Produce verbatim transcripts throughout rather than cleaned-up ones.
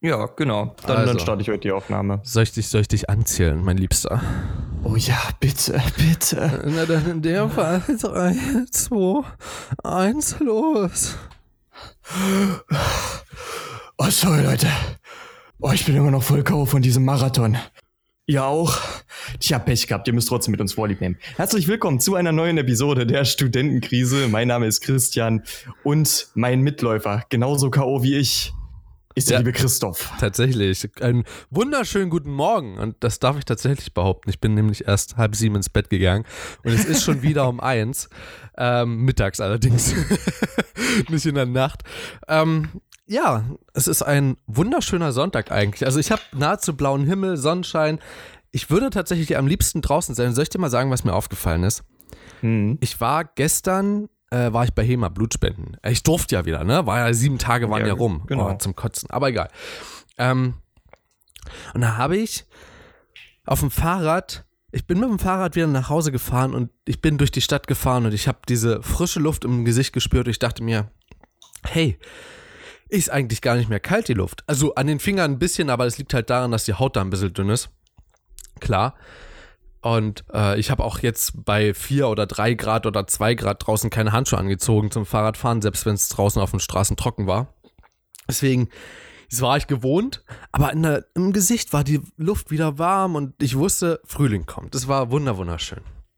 Ja, genau. Dann, Also. dann starte ich heute die Aufnahme. Soll ich dich, soll ich dich anzählen, mein Liebster? Oh ja, bitte, bitte. Na dann in der Fall drei, zwei, eins, los. Oh, sorry, Leute. Oh, ich bin immer noch voll K O von diesem Marathon. Ihr auch? Ich hab Pech gehabt, ihr müsst trotzdem mit uns Vorlieb nehmen. Herzlich willkommen zu einer neuen Episode der Studentenkrise. Mein Name ist Christian und mein Mitläufer, genauso K O wie ich, ist der Ja, liebe Christoph. Tatsächlich. Einen wunderschönen guten Morgen. Und das darf ich tatsächlich behaupten. Ich bin nämlich erst halb sieben ins Bett gegangen. Und es ist schon wieder um eins. Ähm, mittags allerdings. Nicht in der Nacht. Ähm, ja, es ist ein wunderschöner Sonntag eigentlich. Also ich habe nahezu blauen Himmel, Sonnenschein. Ich würde tatsächlich am liebsten draußen sein. Soll ich dir mal sagen, was mir aufgefallen ist? Hm. Ich war gestern... Äh, war ich bei HEMA Blutspenden. Ich durfte ja wieder, ne? War ja sieben Tage waren ja, ja rum. Genau. Oh, zum Kotzen. Aber egal. Ähm, und da habe ich auf dem Fahrrad, ich bin mit dem Fahrrad wieder nach Hause gefahren und ich bin durch die Stadt gefahren und ich habe diese frische Luft im Gesicht gespürt und ich dachte mir, hey, ist eigentlich gar nicht mehr kalt die Luft. Also an den Fingern ein bisschen, aber es liegt halt daran, dass die Haut da ein bisschen dünn ist. Klar. Und äh, ich habe auch jetzt bei vier oder drei Grad oder zwei Grad draußen keine Handschuhe angezogen zum Fahrradfahren, selbst wenn es draußen auf den Straßen trocken war. Deswegen, das war ich gewohnt, aber in der, im Gesicht war die Luft wieder warm und ich wusste, Frühling kommt. Das war wunder wunderschön.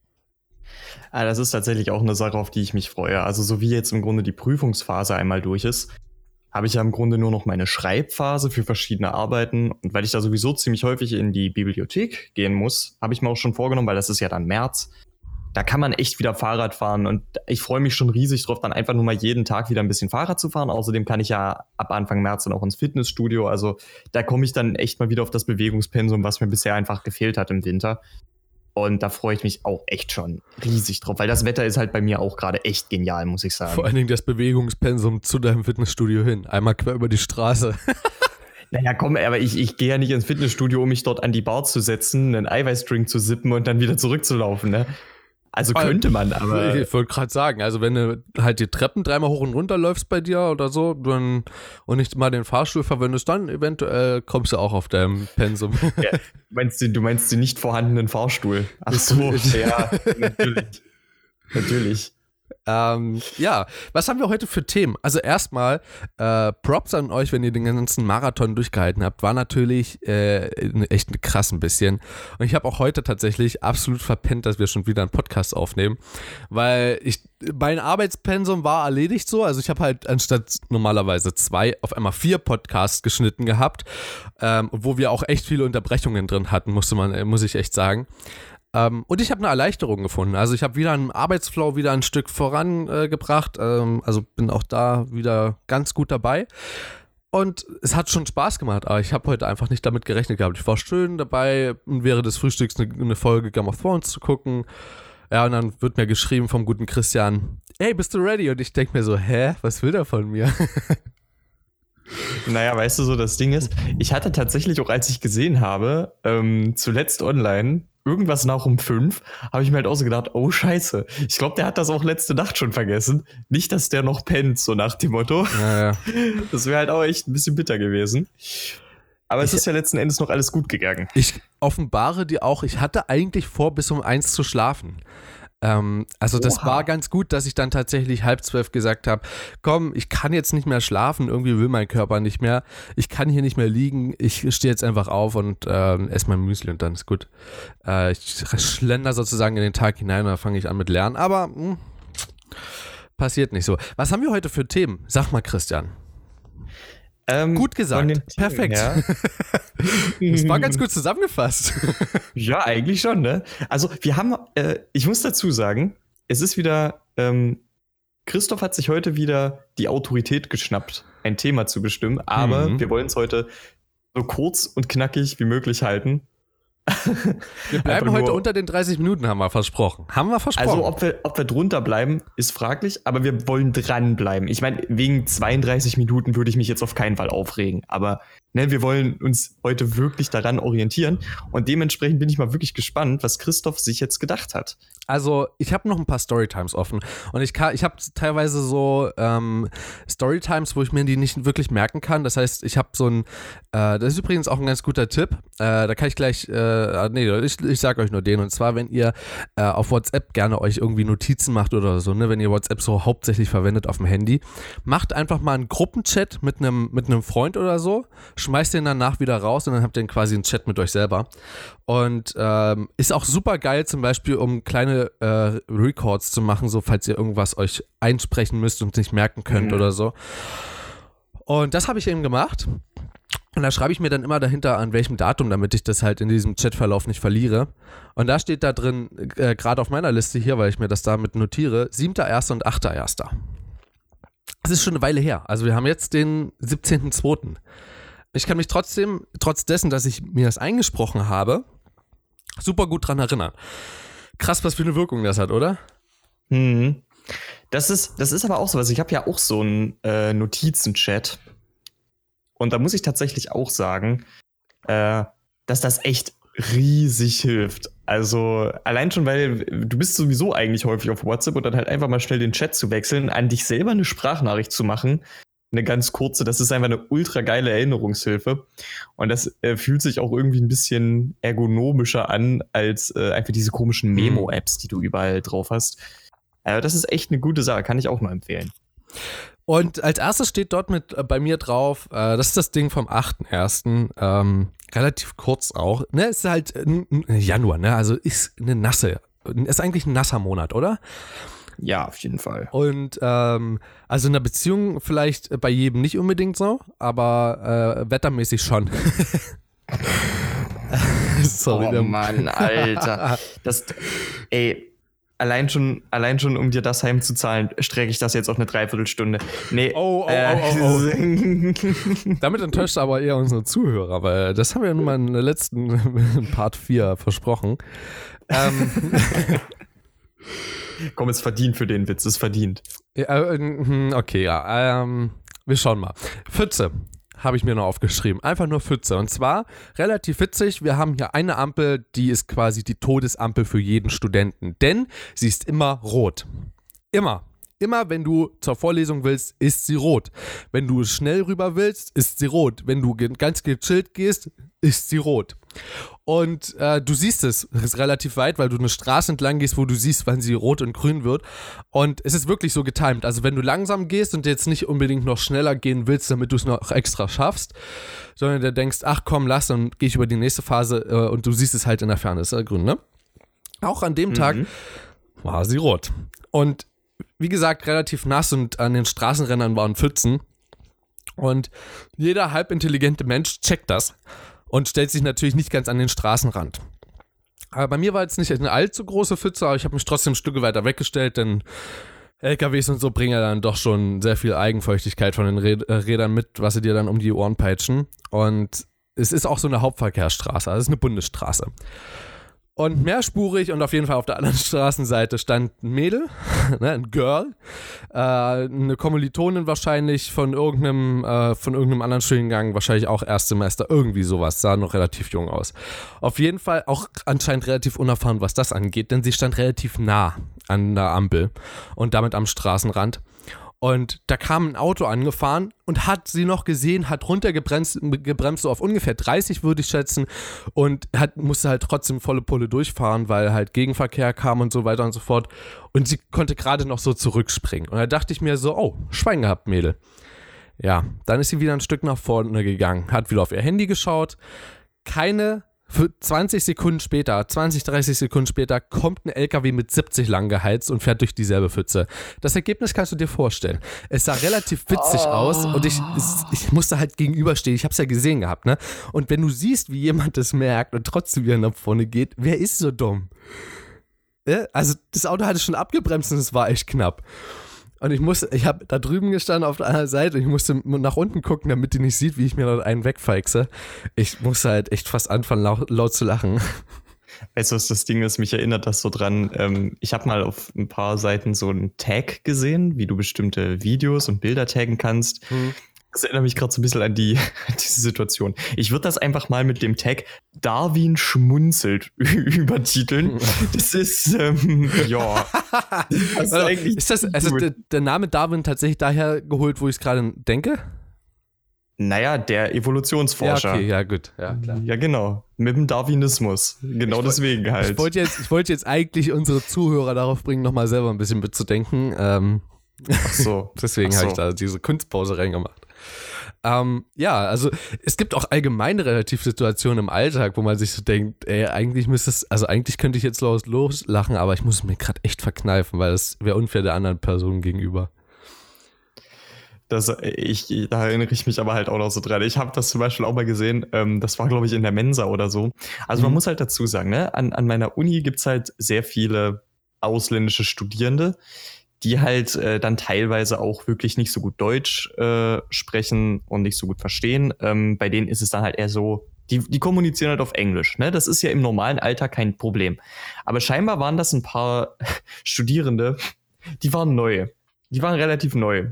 Ah, das ist tatsächlich auch eine Sache, auf die ich mich freue. Also so wie jetzt im Grunde die Prüfungsphase einmal durch ist, habe ich ja im Grunde nur noch meine Schreibphase für verschiedene Arbeiten. Und weil ich da sowieso ziemlich häufig in die Bibliothek gehen muss, habe ich mir auch schon vorgenommen, weil das ist ja dann März, da kann man echt wieder Fahrrad fahren. Und ich freue mich schon riesig drauf, dann einfach nur mal jeden Tag wieder ein bisschen Fahrrad zu fahren. Außerdem kann ich ja ab Anfang März dann auch ins Fitnessstudio. Also da komme ich dann echt mal wieder auf das Bewegungspensum, was mir bisher einfach gefehlt hat im Winter. Und da freue ich mich auch echt schon riesig drauf, weil das Wetter ist halt bei mir auch gerade echt genial, muss ich sagen. Vor allen Dingen das Bewegungspensum zu deinem Fitnessstudio hin. Einmal quer über die Straße. Naja, komm, aber ich, ich gehe ja nicht ins Fitnessstudio, um mich dort an die Bar zu setzen, einen Eiweißdrink zu sippen und dann wieder zurückzulaufen, ne? Also könnte man, aber... Ich wollte gerade sagen, also wenn du halt die Treppen dreimal hoch und runter läufst bei dir oder so dann, und nicht mal den Fahrstuhl verwendest, dann eventuell kommst du auch auf deinem Pensum. Ja, du, meinst den, du meinst den nicht vorhandenen Fahrstuhl? Ach so, ja, natürlich. Natürlich. Ähm, ja, was haben wir heute für Themen? Also erstmal, äh, Props an euch, wenn ihr den ganzen Marathon durchgehalten habt, war natürlich äh, echt krass ein bisschen. Und ich habe auch heute tatsächlich absolut verpennt, dass wir schon wieder einen Podcast aufnehmen, weil ich mein Arbeitspensum war erledigt so, also ich habe halt anstatt normalerweise zwei auf einmal vier Podcasts geschnitten gehabt, ähm, wo wir auch echt viele Unterbrechungen drin hatten, musste man, muss ich echt sagen. Um, und ich habe eine Erleichterung gefunden. Also ich habe wieder einen Arbeitsflow wieder ein Stück vorangebracht. Äh, ähm, also bin auch da wieder ganz gut dabei. Und es hat schon Spaß gemacht, aber ich habe heute einfach nicht damit gerechnet gehabt. Ich war schön dabei, während des Frühstücks eine, eine Folge Game of Thrones zu gucken. Ja, und dann wird mir geschrieben vom guten Christian, hey, bist du ready? Und ich denke mir so, hä, was will der von mir? Naja, weißt du so, das Ding ist, ich hatte tatsächlich auch, als ich gesehen habe, ähm, zuletzt online, irgendwas nach um fünf, habe ich mir halt auch so gedacht, oh scheiße, ich glaube, der hat das auch letzte Nacht schon vergessen. Nicht, dass der noch pennt, so nach dem Motto. Ja, ja. Das wäre halt auch echt ein bisschen bitter gewesen. Aber ich, es ist ja letzten Endes noch alles gut gegangen. Ich offenbare dir auch, ich hatte eigentlich vor, bis um eins zu schlafen. Ähm, also das Oha. war ganz gut, dass ich dann tatsächlich halb zwölf gesagt habe, komm, ich kann jetzt nicht mehr schlafen, irgendwie will mein Körper nicht mehr, ich kann hier nicht mehr liegen, ich stehe jetzt einfach auf und äh, esse mein Müsli und dann ist gut. Äh, ich schlender sozusagen in den Tag hinein und dann fange ich an mit Lernen, aber mh, passiert nicht so. Was haben wir heute für Themen? Sag mal, Christian. Ähm, gut gesagt, den, perfekt. Ja. Das war ganz gut zusammengefasst. Ja, eigentlich schon, ne? Also wir haben, äh, ich muss dazu sagen, es ist wieder, ähm, Christoph hat sich heute wieder die Autorität geschnappt, ein Thema zu bestimmen, aber mhm. wir wollen es heute so kurz und knackig wie möglich halten. Wir bleiben heute unter den dreißig Minuten, haben wir versprochen. Haben wir versprochen. Also ob wir, ob wir drunter bleiben, ist fraglich, aber wir wollen dranbleiben. Ich meine, wegen zweiunddreißig Minuten würde ich mich jetzt auf keinen Fall aufregen, aber ne, wir wollen uns heute wirklich daran orientieren. Und dementsprechend bin ich mal wirklich gespannt, was Christoph sich jetzt gedacht hat. Also ich habe noch ein paar Storytimes offen und ich kann, ich habe teilweise so ähm, Storytimes, wo ich mir die nicht wirklich merken kann. Das heißt, ich habe so ein, äh, das ist übrigens auch ein ganz guter Tipp. Äh, da kann ich gleich, äh, nee, ich, ich sage euch nur den. Und zwar, wenn ihr äh, auf WhatsApp gerne euch irgendwie Notizen macht oder so, ne, wenn ihr WhatsApp so hauptsächlich verwendet auf dem Handy, macht einfach mal einen Gruppenchat mit einem mit einem Freund oder so, schmeißt den danach wieder raus und dann habt ihr quasi einen Chat mit euch selber. Und ähm, ist auch super geil, zum Beispiel, um kleine äh, Records zu machen, so falls ihr irgendwas euch einsprechen müsst und nicht merken könnt mhm. oder so. Und das habe ich eben gemacht. Und da schreibe ich mir dann immer dahinter, an welchem Datum, damit ich das halt in diesem Chatverlauf nicht verliere. Und da steht da drin, äh, gerade auf meiner Liste hier, weil ich mir das damit notiere, siebter erster und achter erster Das ist schon eine Weile her. Also wir haben jetzt den siebzehnten zweiten Ich kann mich trotzdem, trotz dessen, dass ich mir das eingesprochen habe, super gut dran erinnern. Krass, was für eine Wirkung das hat, oder? Mhm. Das ist, das ist aber auch so was. Ich habe ja auch so einen äh, Notizen-Chat. Und da muss ich tatsächlich auch sagen, äh, dass das echt riesig hilft. Also allein schon, weil du bist sowieso eigentlich häufig auf WhatsApp und dann halt einfach mal schnell den Chat zu wechseln, an dich selber eine Sprachnachricht zu machen, eine ganz kurze, das ist einfach eine ultra geile Erinnerungshilfe. Und das äh, fühlt sich auch irgendwie ein bisschen ergonomischer an, als äh, einfach diese komischen Memo-Apps, die du überall drauf hast. Also das ist echt eine gute Sache, kann ich auch mal empfehlen. Und als erstes steht dort mit äh, bei mir drauf, äh, das ist das Ding vom achten ersten Ähm, relativ kurz auch. Ne, ist halt äh, Januar, ne? Also ist eine nasse, ist eigentlich ein nasser Monat, oder? Ja, auf jeden Fall. Und ähm, also in einer Beziehung vielleicht bei jedem nicht unbedingt so, aber äh, wettermäßig schon. Sorry, oh Mann, Alter. Das, ey, allein schon, allein schon, um dir das heimzuzahlen, strecke ich das jetzt auf eine Dreiviertelstunde. Nee. Oh, oh, äh, oh, oh, oh. Damit enttäuscht aber eher unsere Zuhörer, weil das haben wir ja nun mal in der letzten Part vier versprochen. Ähm, Komm, es verdient für den Witz, es verdient. Ja, okay, ja. Ähm, wir schauen mal. Pfütze habe ich mir noch aufgeschrieben. Einfach nur Pfütze. Und zwar relativ witzig. Wir haben hier eine Ampel, die ist quasi die Todesampel für jeden Studenten. Denn sie ist immer rot. Immer. Immer, wenn du zur Vorlesung willst, ist sie rot. Wenn du schnell rüber willst, ist sie rot. Wenn du ganz gechillt gehst, ist sie rot. Und äh, du siehst es, es ist relativ weit, weil du eine Straße entlang gehst, wo du siehst, wann sie rot und grün wird. Und es ist wirklich so getimed. Also wenn du langsam gehst und jetzt nicht unbedingt noch schneller gehen willst, damit du es noch extra schaffst, sondern du denkst, ach komm, lass, dann gehe ich über die nächste Phase äh, und du siehst es halt in der Ferne, ist ja grün, ne? Auch an dem mhm. Tag war sie rot. Und wie gesagt, relativ nass und an den Straßenrändern waren Pfützen. Und jeder halbintelligente Mensch checkt das und stellt sich natürlich nicht ganz an den Straßenrand. Aber bei mir war jetzt nicht eine allzu große Pfütze, aber ich habe mich trotzdem ein Stück weiter weggestellt, denn L K Ws und so bringen ja dann doch schon sehr viel Eigenfeuchtigkeit von den Rädern mit, was sie dir dann um die Ohren peitschen. Und es ist auch so eine Hauptverkehrsstraße, also es ist eine Bundesstraße. Und mehrspurig und auf jeden Fall auf der anderen Straßenseite stand ein Mädel, ne, ein Girl, äh, eine Kommilitonin wahrscheinlich von irgendeinem, äh, von irgendeinem anderen Studiengang, wahrscheinlich auch Erstsemester, irgendwie sowas, sah noch relativ jung aus. Auf jeden Fall auch anscheinend relativ unerfahren, was das angeht, denn sie stand relativ nah an der Ampel und damit am Straßenrand. Und da kam ein Auto angefahren und hat sie noch gesehen, hat runtergebremst, gebremst, so auf ungefähr dreißig würde ich schätzen, und hat, musste halt trotzdem volle Pulle durchfahren, weil halt Gegenverkehr kam und so weiter und so fort. Und sie konnte gerade noch so zurückspringen. Und da dachte ich mir so, oh, Schwein gehabt, Mädel. Ja, dann ist sie wieder ein Stück nach vorne gegangen, hat wieder auf ihr Handy geschaut. Keine Für zwanzig Sekunden später, zwanzig, dreißig Sekunden später, kommt ein L K W mit siebzig lang geheizt und fährt durch dieselbe Pfütze. Das Ergebnis kannst du dir vorstellen. Es sah relativ witzig oh. aus und ich, ich musste halt gegenüberstehen. Ich habe es ja gesehen gehabt, ne? Und wenn du siehst, wie jemand das merkt und trotzdem wieder nach vorne geht, wer ist so dumm? Ja? Also das Auto hatte schon abgebremst und es war echt knapp. Und ich musste, ich habe da drüben gestanden auf der anderen Seite und ich musste nach unten gucken, damit die nicht sieht, wie ich mir dort einen wegfeixe. Ich musste halt echt fast anfangen, laut, laut zu lachen. Weißt du, was das Ding ist? Mich erinnert das so dran. Ähm, ich habe mal auf ein paar Seiten so einen Tag gesehen, wie du bestimmte Videos und Bilder taggen kannst. Mhm. Das erinnert mich gerade so ein bisschen an die, diese Situation. Ich würde das einfach mal mit dem Tag Darwin schmunzelt übertiteln. Das ist, ähm, ja. Das ist, eigentlich ist das, also der, der Name Darwin tatsächlich daher geholt, wo ich es gerade denke? Naja, der Evolutionsforscher. Ja, okay, ja, gut. Ja, klar. Ja, genau. Mit dem Darwinismus. Genau ich deswegen halt. Ich wollte jetzt, ich wollte jetzt eigentlich unsere Zuhörer darauf bringen, nochmal selber ein bisschen mitzudenken. Ähm, Ach so. Deswegen so. habe ich da diese Kunstpause reingemacht. Ähm, ja, also es gibt auch allgemein relativ Situationen im Alltag, wo man sich so denkt, ey, eigentlich müsste es, also eigentlich könnte ich jetzt los, loslachen, aber ich muss mir gerade echt verkneifen, weil das wäre unfair der anderen Person gegenüber. Das, ich, da erinnere ich mich aber halt auch noch so dran. Ich habe das zum Beispiel auch mal gesehen, ähm, das war, glaube ich, in der Mensa oder so. Also man mhm. muss halt dazu sagen, ne, an, an meiner Uni gibt's halt sehr viele ausländische Studierende, die halt äh, dann teilweise auch wirklich nicht so gut Deutsch äh, sprechen und nicht so gut verstehen. Ähm, bei denen ist es dann halt eher so, die, die kommunizieren halt auf Englisch. Ne? Das ist ja im normalen Alltag kein Problem. Aber scheinbar waren das ein paar Studierende, die waren neu. Die waren relativ neu.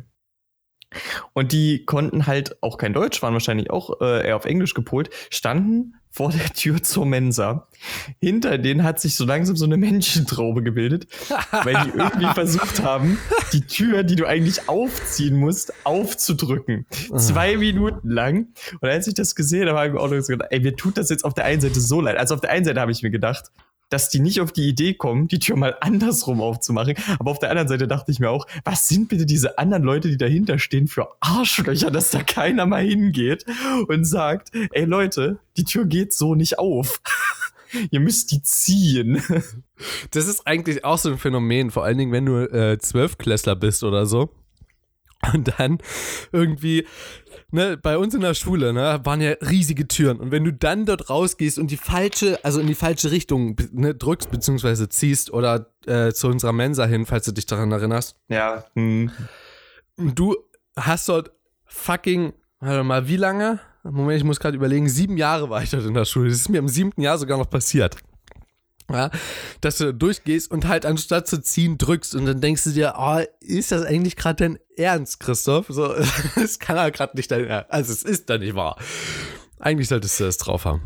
Und die konnten halt auch kein Deutsch, waren wahrscheinlich auch äh, eher auf Englisch gepolt, standen vor der Tür zur Mensa. Hinter denen hat sich so langsam so eine Menschentraube gebildet, weil die irgendwie versucht haben, die Tür, die du eigentlich aufziehen musst, aufzudrücken. Zwei Minuten lang. Und als ich das gesehen habe, habe ich mir auch noch gedacht, ey, mir tut das jetzt auf der einen Seite so leid. Also auf der einen Seite habe ich mir gedacht, dass die nicht auf die Idee kommen, die Tür mal andersrum aufzumachen. Aber auf der anderen Seite dachte ich mir auch, was sind bitte diese anderen Leute, die dahinter stehen, für Arschlöcher, dass da keiner mal hingeht und sagt, ey Leute, die Tür geht so nicht auf. Ihr müsst die ziehen. Das ist eigentlich auch so ein Phänomen, vor allen Dingen, wenn du äh, Zwölftklässler bist oder so. Und dann irgendwie, ne, bei uns in der Schule, ne, waren ja riesige Türen. Und wenn du dann dort rausgehst und die falsche, also in die falsche Richtung, ne, drückst bzw. ziehst oder äh, zu unserer Mensa hin, falls du dich daran erinnerst. Ja. Hm. Du hast dort fucking, warte mal, wie lange? Moment, ich muss gerade überlegen, sieben Jahre war ich dort in der Schule. Das ist mir im siebten Jahr sogar noch passiert. Ja, dass du durchgehst und halt anstatt zu ziehen drückst und dann denkst du dir, oh, ist das eigentlich gerade dein Ernst, Christoph? So, das kann ja gerade nicht dein Ernst, also es ist da nicht wahr. Eigentlich solltest du das drauf haben.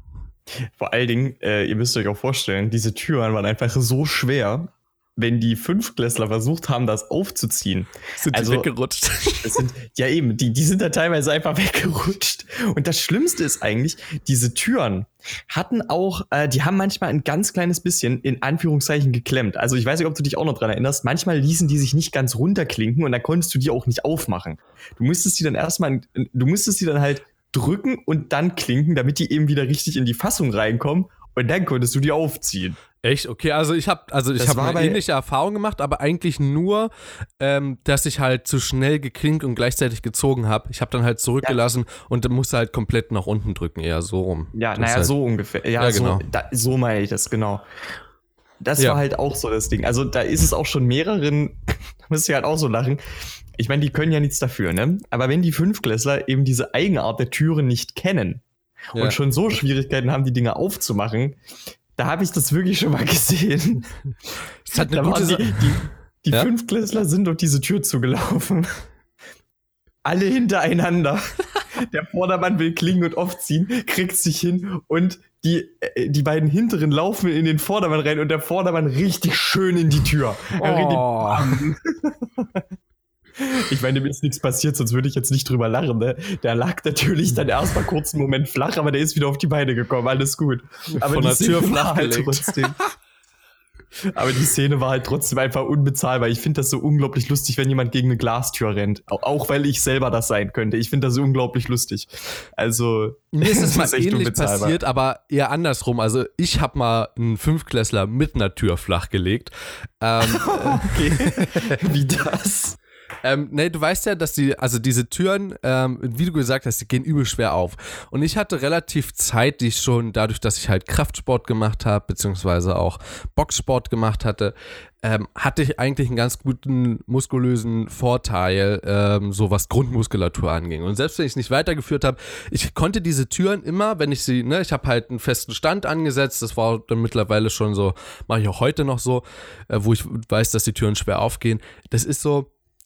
Vor allen Dingen, äh, ihr müsst euch auch vorstellen, diese Türen waren einfach so schwer, wenn die Fünftklässler versucht haben, das aufzuziehen. Sind die also, weggerutscht? Das sind, ja eben, die, die sind da teilweise einfach weggerutscht. Und das Schlimmste ist eigentlich, diese Türen hatten auch, äh, die haben manchmal ein ganz kleines bisschen in Anführungszeichen geklemmt. Also ich weiß nicht, ob du dich auch noch dran erinnerst, manchmal ließen die sich nicht ganz runterklinken und dann konntest du die auch nicht aufmachen. Du musstest die dann erstmal, du musstest die dann halt drücken und dann klinken, damit die eben wieder richtig in die Fassung reinkommen. Und dann konntest du die aufziehen. Echt? Okay, also ich habe also ich habe eine ähnliche Erfahrung gemacht, aber eigentlich nur, ähm, dass ich halt zu schnell geklinkt und gleichzeitig gezogen habe. Ich habe dann halt zurückgelassen ja. und dann musste halt komplett nach unten drücken, eher so rum. Ja, naja, halt, so ungefähr. Ja, ja genau. So, da, so meine ich das, genau. Das ja. war halt auch so das Ding. Also da ist es auch schon mehreren, da müsst ihr halt auch so lachen. Ich meine, die können ja nichts dafür, ne? Aber wenn die Fünftklässler eben diese Eigenart der Türen nicht kennen, ja. und schon so Schwierigkeiten haben, die Dinge aufzumachen, da habe ich das wirklich schon mal gesehen. Das hat eine da gute die, die, die ja? Fünftklässler sind durch diese Tür zugelaufen. Alle hintereinander. Der Vordermann will klingen und aufziehen, kriegt sich hin und die, die beiden hinteren laufen in den Vordermann rein und der Vordermann richtig schön in die Tür. Oh. Ich meine, dem ist nichts passiert, sonst würde ich jetzt nicht drüber lachen. Ne? Der lag natürlich dann erstmal kurz einen Moment flach, aber der ist wieder auf die Beine gekommen, alles gut. Aber von die der Tür Szene flach war halt gelegt. trotzdem. Aber die Szene war halt trotzdem einfach unbezahlbar. Ich finde das so unglaublich lustig, wenn jemand gegen eine Glastür rennt. Auch weil ich selber das sein könnte. Ich finde das so unglaublich lustig. Also mir ist es mal ähnlich passiert, aber eher andersrum. Also ich habe mal einen Fünftklässler mit einer Tür flachgelegt. Ähm, okay. Wie das? Ähm, ne, du weißt ja, dass die, also diese Türen, ähm, wie du gesagt hast, die gehen übel schwer auf. Und ich hatte relativ Zeit, die ich schon, dadurch, dass ich halt Kraftsport gemacht habe, beziehungsweise auch Boxsport gemacht hatte, ähm, hatte ich eigentlich einen ganz guten muskulösen Vorteil, ähm, so was Grundmuskulatur anging. Und selbst wenn ich es nicht weitergeführt habe, ich konnte diese Türen immer, wenn ich sie, ne, ich habe halt einen festen Stand angesetzt, das war dann mittlerweile schon so, mache ich auch heute noch so, äh, wo ich weiß, dass die Türen schwer aufgehen. Das ist so,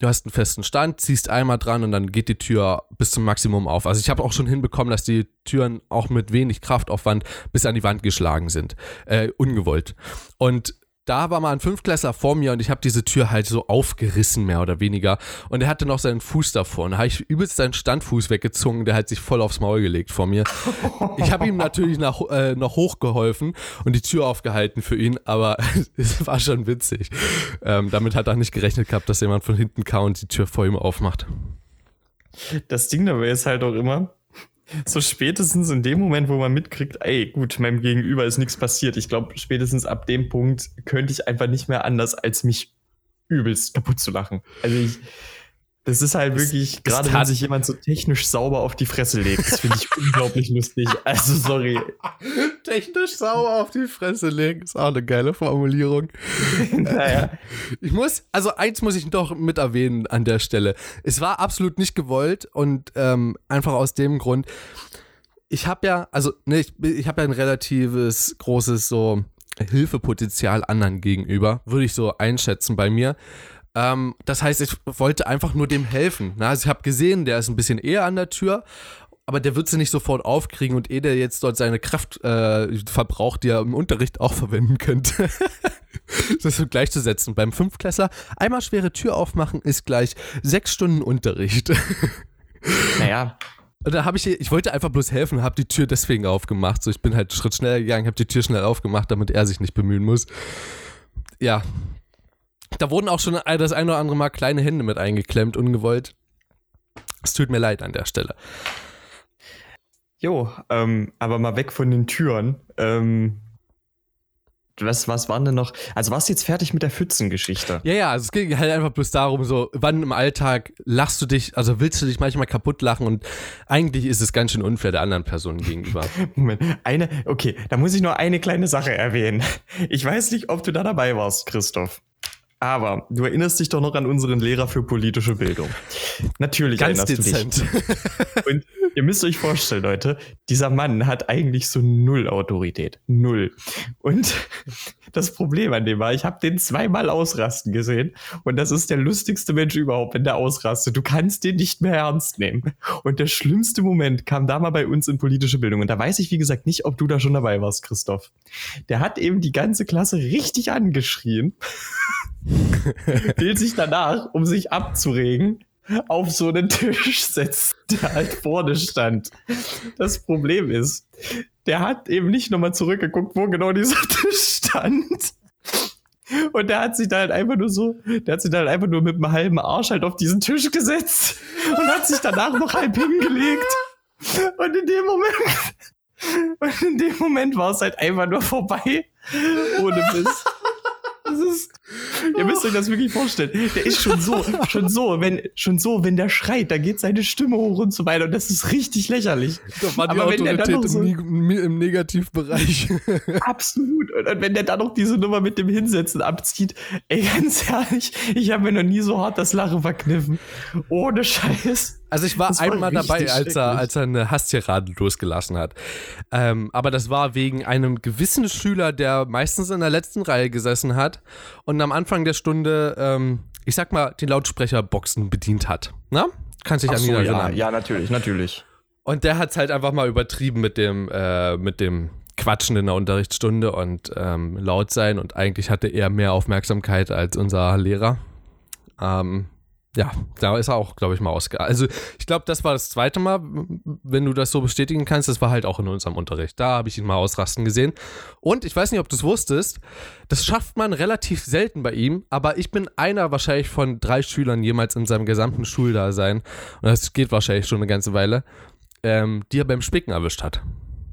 du hast einen festen Stand, ziehst einmal dran und dann geht die Tür bis zum Maximum auf. Also ich habe auch schon hinbekommen, dass die Türen auch mit wenig Kraftaufwand bis an die Wand geschlagen sind. Äh, ungewollt. Und da war mal ein Fünftklässler vor mir und ich habe diese Tür halt so aufgerissen, mehr oder weniger. Und er hatte noch seinen Fuß davor. Und da habe ich übelst seinen Standfuß weggezogen. Der hat sich voll aufs Maul gelegt vor mir. Ich habe ihm natürlich nach, äh, noch hochgeholfen und die Tür aufgehalten für ihn. Aber es war schon witzig. Ähm, damit hat er nicht gerechnet gehabt, dass jemand von hinten kam und die Tür vor ihm aufmacht. Das Ding dabei ist halt auch immer, so spätestens in dem Moment, wo man mitkriegt, ey, gut, meinem Gegenüber ist nichts passiert. Ich glaube, spätestens ab dem Punkt könnte ich einfach nicht mehr anders, als mich übelst kaputt zu lachen. Also ich, das ist halt es, wirklich, gerade wenn sich jemand so technisch sauber auf die Fresse legt, das finde ich unglaublich lustig. Also sorry. Technisch sauber auf die Fresse legen, ist auch eine geile Formulierung. Naja. Ich muss, also eins muss ich doch mit erwähnen an der Stelle. Es war absolut nicht gewollt und ähm, einfach aus dem Grund, ich habe ja, also ne, ich, ich habe ja ein relatives großes so Hilfepotenzial anderen gegenüber, würde ich so einschätzen bei mir. Ähm, das heißt, ich wollte einfach nur dem helfen. Na, also ich habe gesehen, der ist ein bisschen eher an der Tür, aber der wird sie nicht sofort aufkriegen und eh der jetzt dort seine Kraft äh, verbraucht, die er im Unterricht auch verwenden könnte. Das ist so gleichzusetzen. Beim Fünftklässler einmal schwere Tür aufmachen ist gleich sechs Stunden Unterricht. Naja. Und da habe ich, ich wollte einfach bloß helfen, habe die Tür deswegen aufgemacht. So, ich bin halt einen Schritt schneller gegangen, habe die Tür schnell aufgemacht, damit er sich nicht bemühen muss. Ja. Da wurden auch schon das ein oder andere Mal kleine Hände mit eingeklemmt, ungewollt. Es tut mir leid an der Stelle. Jo, ähm, aber mal weg von den Türen. Ähm, was, was waren denn noch? Also warst du jetzt fertig mit der Pfützengeschichte? Ja, ja, also es ging halt einfach bloß darum, so, wann im Alltag lachst du dich, also willst du dich manchmal kaputt lachen und eigentlich ist es ganz schön unfair der anderen Person gegenüber. Moment, eine, okay, da muss ich nur eine kleine Sache erwähnen. Ich weiß nicht, ob du da dabei warst, Christoph. Aber du erinnerst dich doch noch an unseren Lehrer für politische Bildung. Natürlich ganz erinnerst dezent. du dich. Und ihr müsst euch vorstellen, Leute, dieser Mann hat eigentlich so null Autorität. Null. Und das Problem an dem war, ich habe den zweimal ausrasten gesehen. Und das ist der lustigste Mensch überhaupt, wenn der ausrastet. Du kannst den nicht mehr ernst nehmen. Und der schlimmste Moment kam da mal bei uns in politische Bildung. Und da weiß ich, wie gesagt, nicht, ob du da schon dabei warst, Christoph. Der hat eben die ganze Klasse richtig angeschrien. Will sich danach, um sich abzuregen, auf so einen Tisch setzt, der halt vorne stand. Das Problem ist, der hat eben nicht nochmal zurückgeguckt, wo genau dieser Tisch stand. Und der hat sich da halt einfach nur so, der hat sich da halt einfach nur mit einem halben Arsch halt auf diesen Tisch gesetzt und hat sich danach noch halb hingelegt. Und in dem Moment, und in dem Moment war es halt einfach nur vorbei. Ohne Biss. Das ist, ihr müsst euch das wirklich vorstellen. Der ist schon so, schon so, wenn, schon so, wenn der schreit, da geht seine Stimme hoch und so weiter und das ist richtig lächerlich. Da war die Aber Autorität wenn der dann noch so, im, im Negativbereich. Absolut. Und wenn der dann noch diese Nummer mit dem Hinsetzen abzieht, ey, ganz ehrlich, ich habe mir noch nie so hart das Lachen verkniffen. Ohne Scheiß. Also ich war Das war einmal dabei, als er, als er eine Hasstirade losgelassen hat. Ähm, aber das war wegen einem gewissen Schüler, der meistens in der letzten Reihe gesessen hat und am Anfang der Stunde, ähm, ich sag mal, die Lautsprecherboxen bedient hat. Na? Kannst dich Ach an so, ihn ja, erinnern? ja, natürlich, natürlich. Und der hat's halt einfach mal übertrieben mit dem, äh, mit dem Quatschen in der Unterrichtsstunde und ähm, laut sein und eigentlich hatte er mehr Aufmerksamkeit als unser Lehrer. Ähm, Ja, da ist er auch, glaube ich, mal ausgegangen. Also ich glaube, das war das zweite Mal, wenn du das so bestätigen kannst, das war halt auch in unserem Unterricht. Da habe ich ihn mal ausrasten gesehen. Und ich weiß nicht, ob du es wusstest, das schafft man relativ selten bei ihm, aber ich bin einer wahrscheinlich von drei Schülern jemals in seinem gesamten Schuldasein, und das geht wahrscheinlich schon eine ganze Weile, ähm, die er beim Spicken erwischt hat.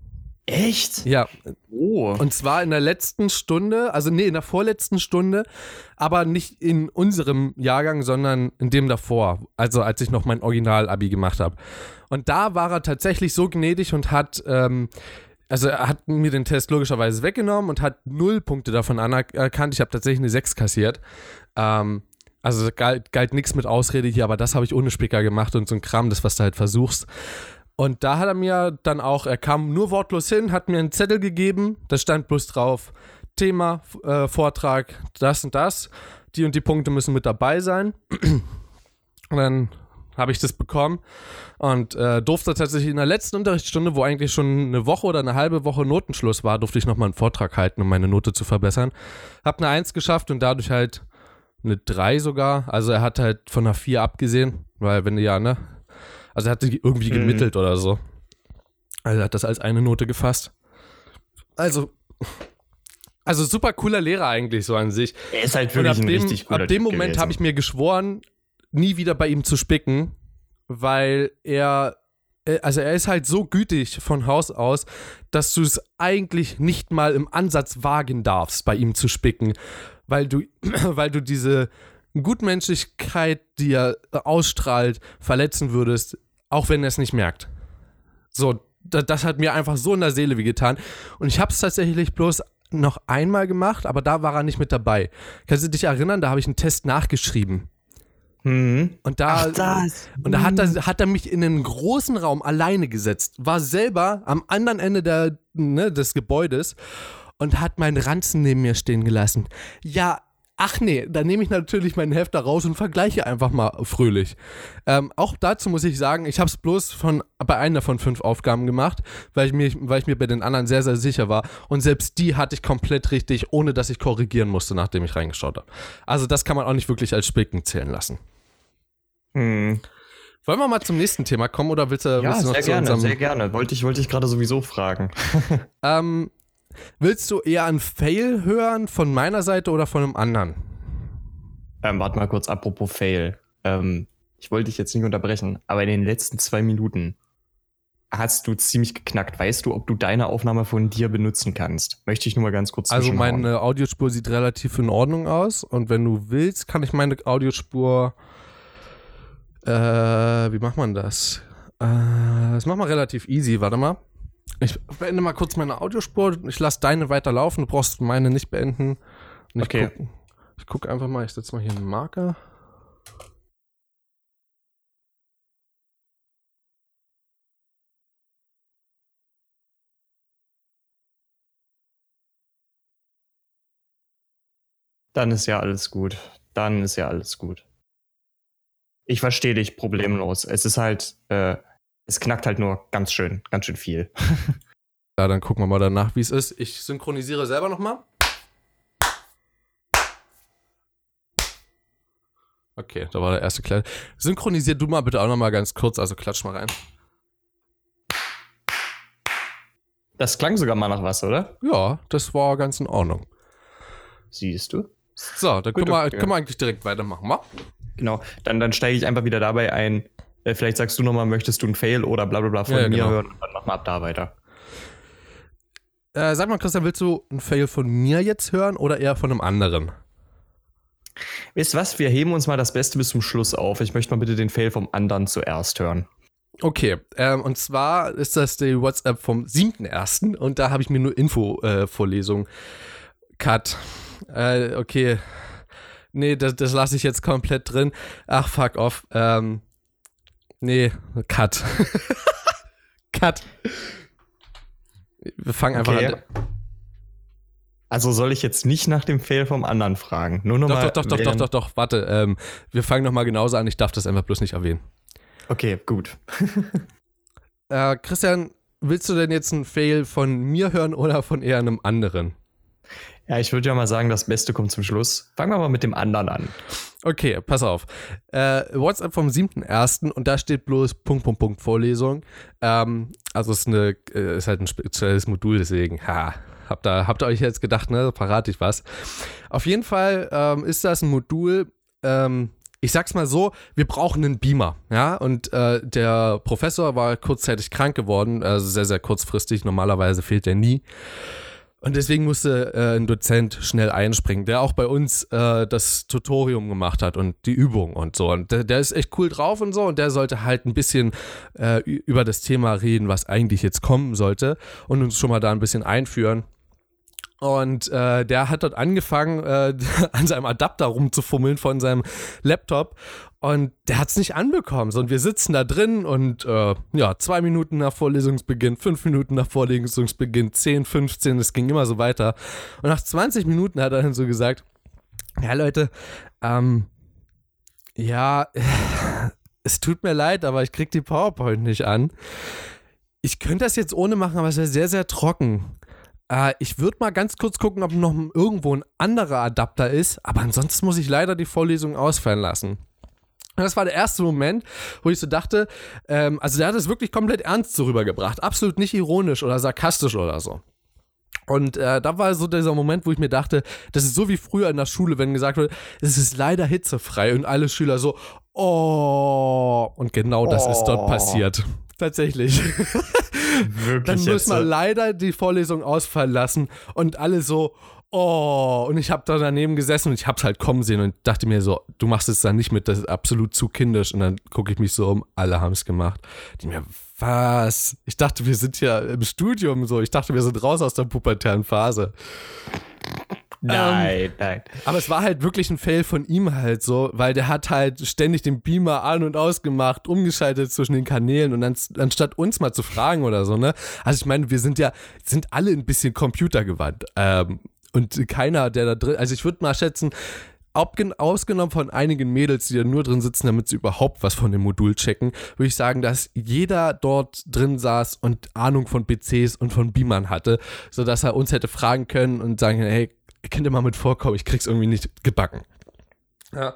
Echt? Ja. Oh. Und zwar in der letzten Stunde, also nee, in der vorletzten Stunde, aber nicht in unserem Jahrgang, sondern in dem davor, also als ich noch mein Original-Abi gemacht habe. Und da war er tatsächlich so gnädig und hat, ähm, also er hat mir den Test logischerweise weggenommen und hat null Punkte davon anerkannt. Ich habe tatsächlich eine sechs kassiert. Ähm, also galt, galt nichts mit Ausrede hier, aber das habe ich ohne Spicker gemacht und so ein Kram, das was du halt versuchst. Und da hat er mir dann auch, er kam nur wortlos hin, hat mir einen Zettel gegeben, da stand bloß drauf, Thema, äh, Vortrag, das und das, die und die Punkte müssen mit dabei sein. Und dann habe ich das bekommen und äh, durfte tatsächlich in der letzten Unterrichtsstunde, wo eigentlich schon eine Woche oder eine halbe Woche Notenschluss war, durfte ich nochmal einen Vortrag halten, um meine Note zu verbessern. Hab eine eins geschafft und dadurch halt eine drei sogar. Also er hat halt von einer vier abgesehen, weil wenn du ja, ne? Also er hat die irgendwie gemittelt mhm. oder so. Also er hat das als eine Note gefasst. Also, also super cooler Lehrer eigentlich so an sich. Er ist halt wirklich ein dem, richtig cooler Ab dem Typ Moment habe ich mir geschworen, nie wieder bei ihm zu spicken, weil er, also er ist halt so gütig von Haus aus, dass du es eigentlich nicht mal im Ansatz wagen darfst, bei ihm zu spicken, weil du, weil du diese Gutmenschlichkeit, die er ausstrahlt, verletzen würdest, auch wenn er es nicht merkt. So, das, das hat mir einfach so in der Seele wehgetan. Und ich habe es tatsächlich bloß noch einmal gemacht, aber da war er nicht mit dabei. Kannst du dich erinnern, da habe ich einen Test nachgeschrieben. Mhm. Und da, Ach, das. Und da hat er, hat er mich in einen großen Raum alleine gesetzt, war selber am anderen Ende der, ne, des Gebäudes und hat meinen Ranzen neben mir stehen gelassen. Ja, ach nee, dann nehme ich natürlich meinen Hefter raus und vergleiche einfach mal fröhlich. Ähm, auch dazu muss ich sagen, ich habe es bloß von, bei einer von fünf Aufgaben gemacht, weil ich, mir, weil ich mir bei den anderen sehr, sehr sicher war. Und selbst die hatte ich komplett richtig, ohne dass ich korrigieren musste, nachdem ich reingeschaut habe. Also das kann man auch nicht wirklich als Spicken zählen lassen. Hm. Wollen wir mal zum nächsten Thema kommen oder willst du, ja, willst du noch sehr zu gerne, unserem... sehr gerne. Wollte ich, wollte ich gerade sowieso fragen. ähm, willst du eher einen Fail hören von meiner Seite oder von einem anderen? Ähm, warte mal kurz, apropos Fail. Ähm, ich wollte dich jetzt nicht unterbrechen, aber in den letzten zwei Minuten hast du ziemlich geknackt. Weißt du, ob du deine Aufnahme von dir benutzen kannst? Möchte ich nur mal ganz kurz Also zwischenhauen. meine Audiospur sieht relativ in Ordnung aus und wenn du willst, kann ich meine Audiospur... Äh, wie macht man das? Äh, das macht man relativ easy, warte mal. Ich beende mal kurz meine Audiospur, ich lasse deine weiterlaufen, du brauchst meine nicht beenden. Und ich okay. Guck, ich gucke einfach mal, ich setze mal hier einen Marker. Dann ist ja alles gut. Dann ist ja alles gut. Ich verstehe dich problemlos. Es ist halt, äh, es knackt halt nur ganz schön, ganz schön viel. Ja, dann gucken wir mal danach, wie es ist. Ich synchronisiere selber nochmal. Okay, da war der erste Kleid. Synchronisier du mal bitte auch nochmal ganz kurz, also klatsch mal rein. Das klang sogar mal nach was, oder? Ja, das war ganz in Ordnung. Siehst du? So, dann können wir, okay. können wir eigentlich direkt weitermachen, wa? Genau, dann, dann steige ich einfach wieder dabei ein. Äh, vielleicht sagst du nochmal, möchtest du einen Fail oder bla bla bla von ja, mir genau. hören und dann machen wir ab da weiter. Äh, sag mal, Christian, willst du einen Fail von mir jetzt hören oder eher von einem anderen? Wisst was, wir heben uns mal das Beste bis zum Schluss auf. Ich möchte mal bitte den Fail vom anderen zuerst hören. Okay, ähm, und zwar ist das die WhatsApp vom siebten ersten und da habe ich mir nur Info-Vorlesung. Äh, Cut. Äh, okay. Nee, das, das lasse ich jetzt komplett drin. Ach, fuck off. Ähm, nee, Cut. Cut. Wir fangen einfach okay. an. Also soll ich jetzt nicht nach dem Fail vom anderen fragen? Nur noch doch, mal doch, doch, doch, doch, doch, doch, warte. Ähm, wir fangen nochmal genauso an. Ich darf das einfach bloß nicht erwähnen. Okay, gut. äh, Christian, willst du denn jetzt einen Fail von mir hören oder von eher einem anderen? Ja, ich würde ja mal sagen, das Beste kommt zum Schluss. Fangen wir mal mit dem anderen an. Okay, pass auf. Äh, WhatsApp vom siebten ersten und da steht bloß Punkt, Punkt, Punkt, Vorlesung. Ähm, also es ist, eine, äh, ist halt ein spezielles Modul, deswegen, ha, habt ihr, habt ihr euch jetzt gedacht, ne, verrate ich was. Auf jeden Fall ähm, ist das ein Modul, ähm, ich sag's mal so, wir brauchen einen Beamer, ja, und äh, der Professor war kurzzeitig krank geworden, also sehr, sehr kurzfristig, normalerweise fehlt der nie. Und deswegen musste äh, ein Dozent schnell einspringen, der auch bei uns äh, das Tutorium gemacht hat und die Übung und so. Und der, der ist echt cool drauf und so und der sollte halt ein bisschen äh, über das Thema reden, was eigentlich jetzt kommen sollte und uns schon mal da ein bisschen einführen. Und äh, der hat dort angefangen, äh, an seinem Adapter rumzufummeln von seinem Laptop und der hat es nicht anbekommen. So, und wir sitzen da drin und äh, ja, zwei Minuten nach Vorlesungsbeginn, fünf Minuten nach Vorlesungsbeginn, zehn, fünfzehn, es ging immer so weiter. Und nach zwanzig Minuten hat er dann so gesagt, ja Leute, ähm, ja, es tut mir leid, aber ich krieg die PowerPoint nicht an. Ich könnte das jetzt ohne machen, aber es wäre sehr, sehr trocken. Äh, ich würde mal ganz kurz gucken, ob noch irgendwo ein anderer Adapter ist, aber ansonsten muss ich leider die Vorlesung ausfallen lassen. Und das war der erste Moment, wo ich so dachte, ähm, also der hat es wirklich komplett ernst so rübergebracht, absolut nicht ironisch oder sarkastisch oder so. Und äh, da war so dieser Moment, wo ich mir dachte, das ist so wie früher in der Schule, wenn gesagt wird, es ist leider hitzefrei und alle Schüler so, oh, und genau das oh. ist dort passiert. Tatsächlich. Wirklich. Dann muss man leider die Vorlesung ausfallen lassen und alle so, oh, und ich habe da daneben gesessen und ich hab's halt kommen sehen und dachte mir so, du machst es dann nicht mit, das ist absolut zu kindisch. Und dann gucke ich mich so um, alle haben es gemacht. Die mir, was? Ich dachte, wir sind ja im Studium so. Ich dachte, wir sind raus aus der pubertären Phase. Nein, ähm, nein. Aber es war halt wirklich ein Fail von ihm halt so, weil der hat halt ständig den Beamer an- und ausgemacht, umgeschaltet zwischen den Kanälen und dann, anstatt uns mal zu fragen oder so, ne? Also ich meine, wir sind ja, sind alle ein bisschen computergewandt. Ähm, Und keiner, der da drin, also ich würde mal schätzen, ausgenommen von einigen Mädels, die da nur drin sitzen, damit sie überhaupt was von dem Modul checken, würde ich sagen, dass jeder dort drin saß und Ahnung von P Cs und von Beamern hatte, sodass er uns hätte fragen können und sagen, hey, könnt ihr mal mit vorkommen, ich krieg's irgendwie nicht gebacken. Ja.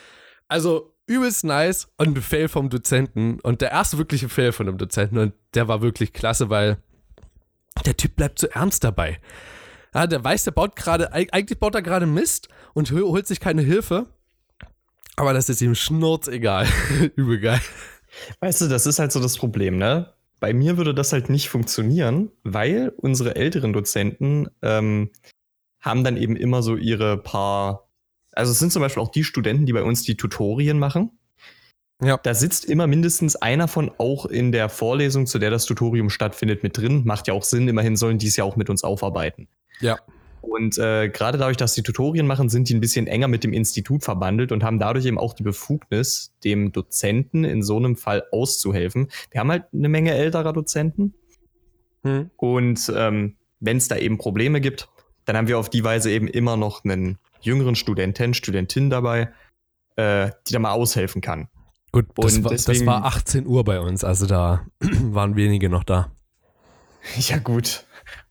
Also übelst nice und ein Fail vom Dozenten und der erste wirkliche Fail von dem Dozenten und der war wirklich klasse, weil der Typ bleibt so ernst dabei. Ja, der weiß, der baut gerade, eigentlich baut er gerade Mist und holt sich keine Hilfe, aber das ist ihm schnurzegal. Übel geil. Weißt du, das ist halt so das Problem, ne? Bei mir würde das halt nicht funktionieren, weil unsere älteren Dozenten ähm, haben dann eben immer so ihre paar, also es sind zum Beispiel auch die Studenten, die bei uns die Tutorien machen. Ja. Da sitzt immer mindestens einer von auch in der Vorlesung, zu der das Tutorium stattfindet, mit drin. Macht ja auch Sinn, immerhin sollen die es ja auch mit uns aufarbeiten. Ja. Und äh, gerade dadurch, dass die Tutorien machen, sind die ein bisschen enger mit dem Institut verbandelt und haben dadurch eben auch die Befugnis, dem Dozenten in so einem Fall auszuhelfen. Wir haben halt eine Menge älterer Dozenten. Hm. Und ähm, wenn es da eben Probleme gibt, dann haben wir auf die Weise eben immer noch einen jüngeren Studenten, Studentin dabei, äh, die da mal aushelfen kann. Gut, das war, deswegen, das war achtzehn Uhr bei uns, also da waren wenige noch da. Ja gut.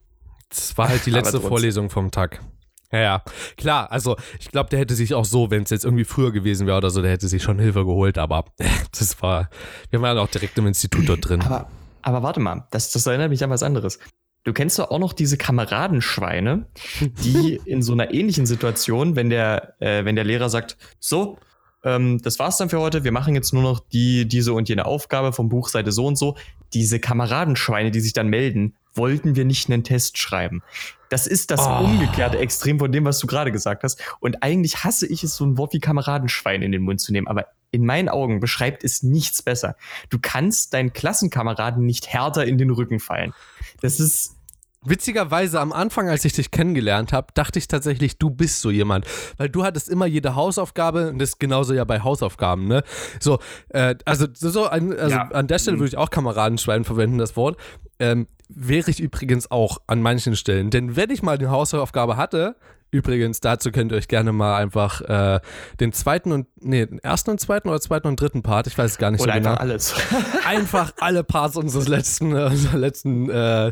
Das war halt die letzte Vorlesung vom Tag. Ja, ja, klar, also ich glaube, der hätte sich auch so, wenn es jetzt irgendwie früher gewesen wäre oder so, der hätte sich schon Hilfe geholt, aber das war, wir waren auch direkt im Institut dort drin. Aber, aber warte mal, das, das erinnert mich an was anderes. Du kennst doch auch noch diese Kameradenschweine, die in so einer ähnlichen Situation, wenn der, äh, wenn der Lehrer sagt, so, ähm, das war's dann für heute, wir machen jetzt nur noch die, diese und jene Aufgabe vom Buch Seite so und so. Diese Kameradenschweine, die sich dann melden, wollten wir nicht einen Test schreiben. Das ist das oh. umgekehrte Extrem von dem, was du gerade gesagt hast. Und eigentlich hasse ich es, so ein Wort wie Kameradenschwein in den Mund zu nehmen. Aber in meinen Augen beschreibt es nichts besser. Du kannst deinen Klassenkameraden nicht härter in den Rücken fallen. Das ist... Witzigerweise am Anfang, als ich dich kennengelernt habe, dachte ich tatsächlich, du bist so jemand. Weil du hattest immer jede Hausaufgabe und das ist genauso ja bei Hausaufgaben, ne? So, äh, also, so ein, also ja. an der Stelle würde ich auch Kameradenschwein verwenden, das Wort. Ähm, wäre ich übrigens auch an manchen Stellen. Denn wenn ich mal eine Hausaufgabe hatte, übrigens, dazu könnt ihr euch gerne mal einfach äh, den zweiten und, nee, den ersten und zweiten oder zweiten und dritten Part, ich weiß es gar nicht oder so genau. Oder einfach alles. Einfach alle Parts unseres letzten, äh, unserer letzten äh,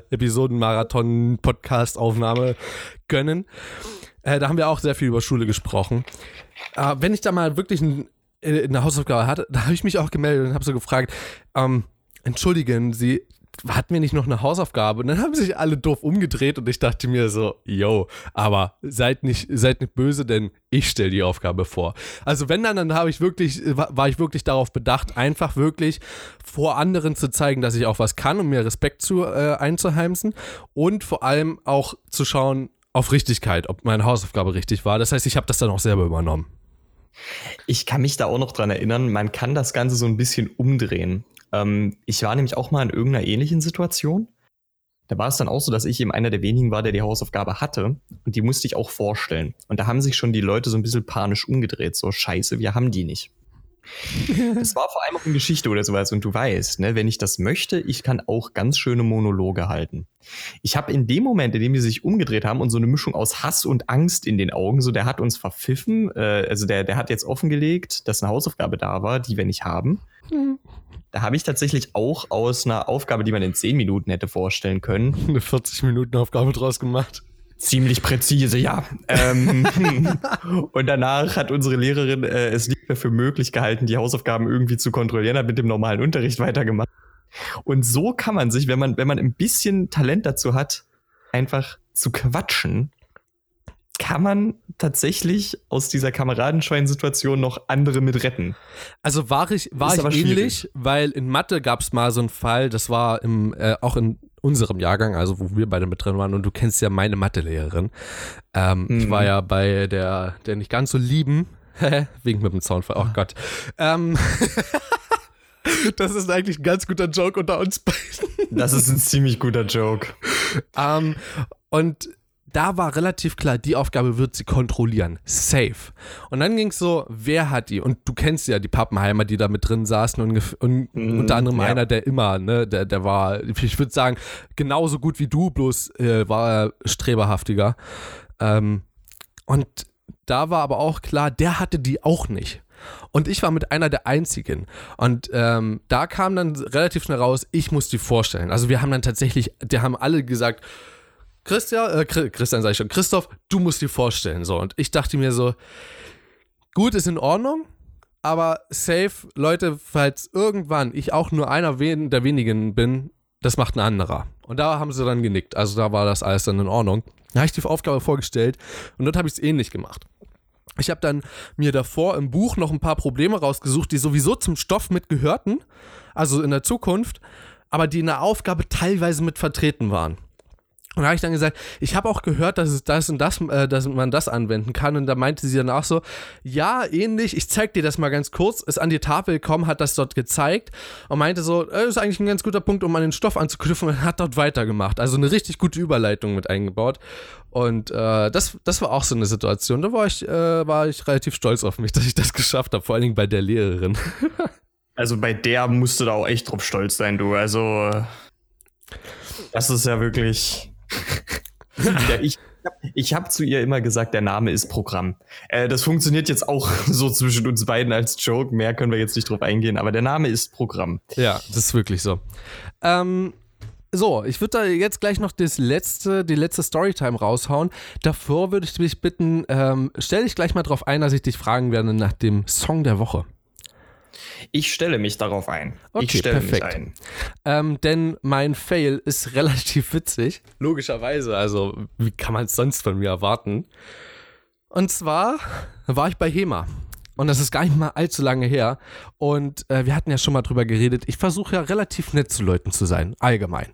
Episoden-Marathon-Podcast-Aufnahme gönnen. Äh, da haben wir auch sehr viel über Schule gesprochen. Äh, wenn ich da mal wirklich ein, äh, eine Hausaufgabe hatte, da habe ich mich auch gemeldet und habe so gefragt, ähm, entschuldigen Sie, hatten wir nicht noch eine Hausaufgabe? Und dann haben sich alle doof umgedreht und ich dachte mir so, yo, aber seid nicht, seid nicht böse, denn ich stelle die Aufgabe vor. Also wenn dann, dann habe ich wirklich, war ich wirklich darauf bedacht, einfach wirklich vor anderen zu zeigen, dass ich auch was kann, um mir Respekt zu, äh, einzuheimsen und vor allem auch zu schauen auf Richtigkeit, ob meine Hausaufgabe richtig war. Das heißt, ich habe das dann auch selber übernommen. Ich kann mich da auch noch dran erinnern, man kann das Ganze so ein bisschen umdrehen. Ähm, ich war nämlich auch mal in irgendeiner ähnlichen Situation. Da war es dann auch so, dass ich eben einer der wenigen war, der die Hausaufgabe hatte. Und die musste ich auch vorstellen. Und da haben sich schon die Leute so ein bisschen panisch umgedreht. So, scheiße, wir haben die nicht. Das war vor allem auch in Geschichte oder sowas. Und du weißt, ne, wenn ich das möchte, ich kann auch ganz schöne Monologe halten. Ich habe in dem Moment, in dem die sich umgedreht haben und so eine Mischung aus Hass und Angst in den Augen, so der hat uns verpfiffen, äh, also der, der hat jetzt offengelegt, dass eine Hausaufgabe da war, die wir nicht haben. Mhm. Da habe ich tatsächlich auch aus einer Aufgabe, die man in zehn Minuten hätte vorstellen können, eine vierzig-Minuten-Aufgabe draus gemacht. Ziemlich präzise, ja. ähm, und danach hat unsere Lehrerin äh, es nicht mehr für möglich gehalten, die Hausaufgaben irgendwie zu kontrollieren, hat mit dem normalen Unterricht weitergemacht. Und so kann man sich, wenn man, wenn man ein bisschen Talent dazu hat, einfach zu quatschen, kann man tatsächlich aus dieser kameradenscheuen Situation noch andere mit retten. Also war ich, war ich ähnlich, schwierig. Weil in Mathe gab es mal so einen Fall, das war im, äh, auch in unserem Jahrgang, also wo wir beide mit drin waren, und du kennst ja meine Mathelehrerin. Ähm, mhm. Ich war ja bei der, der nicht ganz so lieben, wegen mit dem Zaunfall, oh Gott. Ähm, das ist eigentlich ein ganz guter Joke unter uns beiden. Das ist ein ziemlich guter Joke. Ähm, und da war relativ klar, die Aufgabe wird sie kontrollieren. Safe. Und dann ging es so, wer hat die? Und du kennst ja die Pappenheimer, die da mit drin saßen und, und mm, unter anderem ja. einer, der immer, ne, der, der war, ich würde sagen, genauso gut wie du, bloß äh, war er streberhaftiger. Ähm, und da war aber auch klar, der hatte die auch nicht. Und ich war mit einer der einzigen. Und ähm, da kam dann relativ schnell raus, ich muss die vorstellen. Also wir haben dann tatsächlich, die haben alle gesagt, Christian, äh, Christian sag ich schon, Christoph, du musst dir vorstellen, so. Und ich dachte mir so, gut, ist in Ordnung, aber safe, Leute, falls irgendwann ich auch nur einer der wenigen bin, das macht ein anderer. Und da haben sie dann genickt, also da war das alles dann in Ordnung. Da habe ich die Aufgabe vorgestellt und dort habe ich es ähnlich gemacht. Ich habe dann mir davor im Buch noch ein paar Probleme rausgesucht, die sowieso zum Stoff mitgehörten, also in der Zukunft, aber die in der Aufgabe teilweise mit vertreten waren. Und da habe ich dann gesagt, ich habe auch gehört, dass es das und das, äh, dass man das anwenden kann. Und da meinte sie dann auch so, ja, ähnlich, ich zeig dir das mal ganz kurz. Ist an die Tafel gekommen, hat das dort gezeigt und meinte so, das ist eigentlich ein ganz guter Punkt, um an den Stoff anzuknüpfen, und hat dort weitergemacht. Also eine richtig gute Überleitung mit eingebaut. Und äh, das, das war auch so eine Situation. Da war ich, äh, war ich relativ stolz auf mich, dass ich das geschafft habe, vor allen Dingen bei der Lehrerin. Also bei der musst du da auch echt drauf stolz sein, du. Also das ist ja wirklich... ja, ich ich habe zu ihr immer gesagt, der Name ist Programm. Äh, das funktioniert jetzt auch so zwischen uns beiden als Joke. Mehr können wir jetzt nicht drauf eingehen, aber der Name ist Programm. Ja, das ist wirklich so. Ähm, so, ich würde da jetzt gleich noch das letzte, die letzte Storytime raushauen. Davor würde ich dich bitten, ähm, stell dich gleich mal drauf ein, dass ich dich fragen werde nach dem Song der Woche. Ich stelle mich darauf ein. Okay, ich stelle perfekt. mich ein. Ähm, denn mein Fail ist relativ witzig. Logischerweise, also wie kann man es sonst von mir erwarten? Und zwar war ich bei HEMA. Und das ist gar nicht mal allzu lange her. Und äh, wir hatten ja schon mal drüber geredet. Ich versuche ja relativ nett zu Leuten zu sein, allgemein.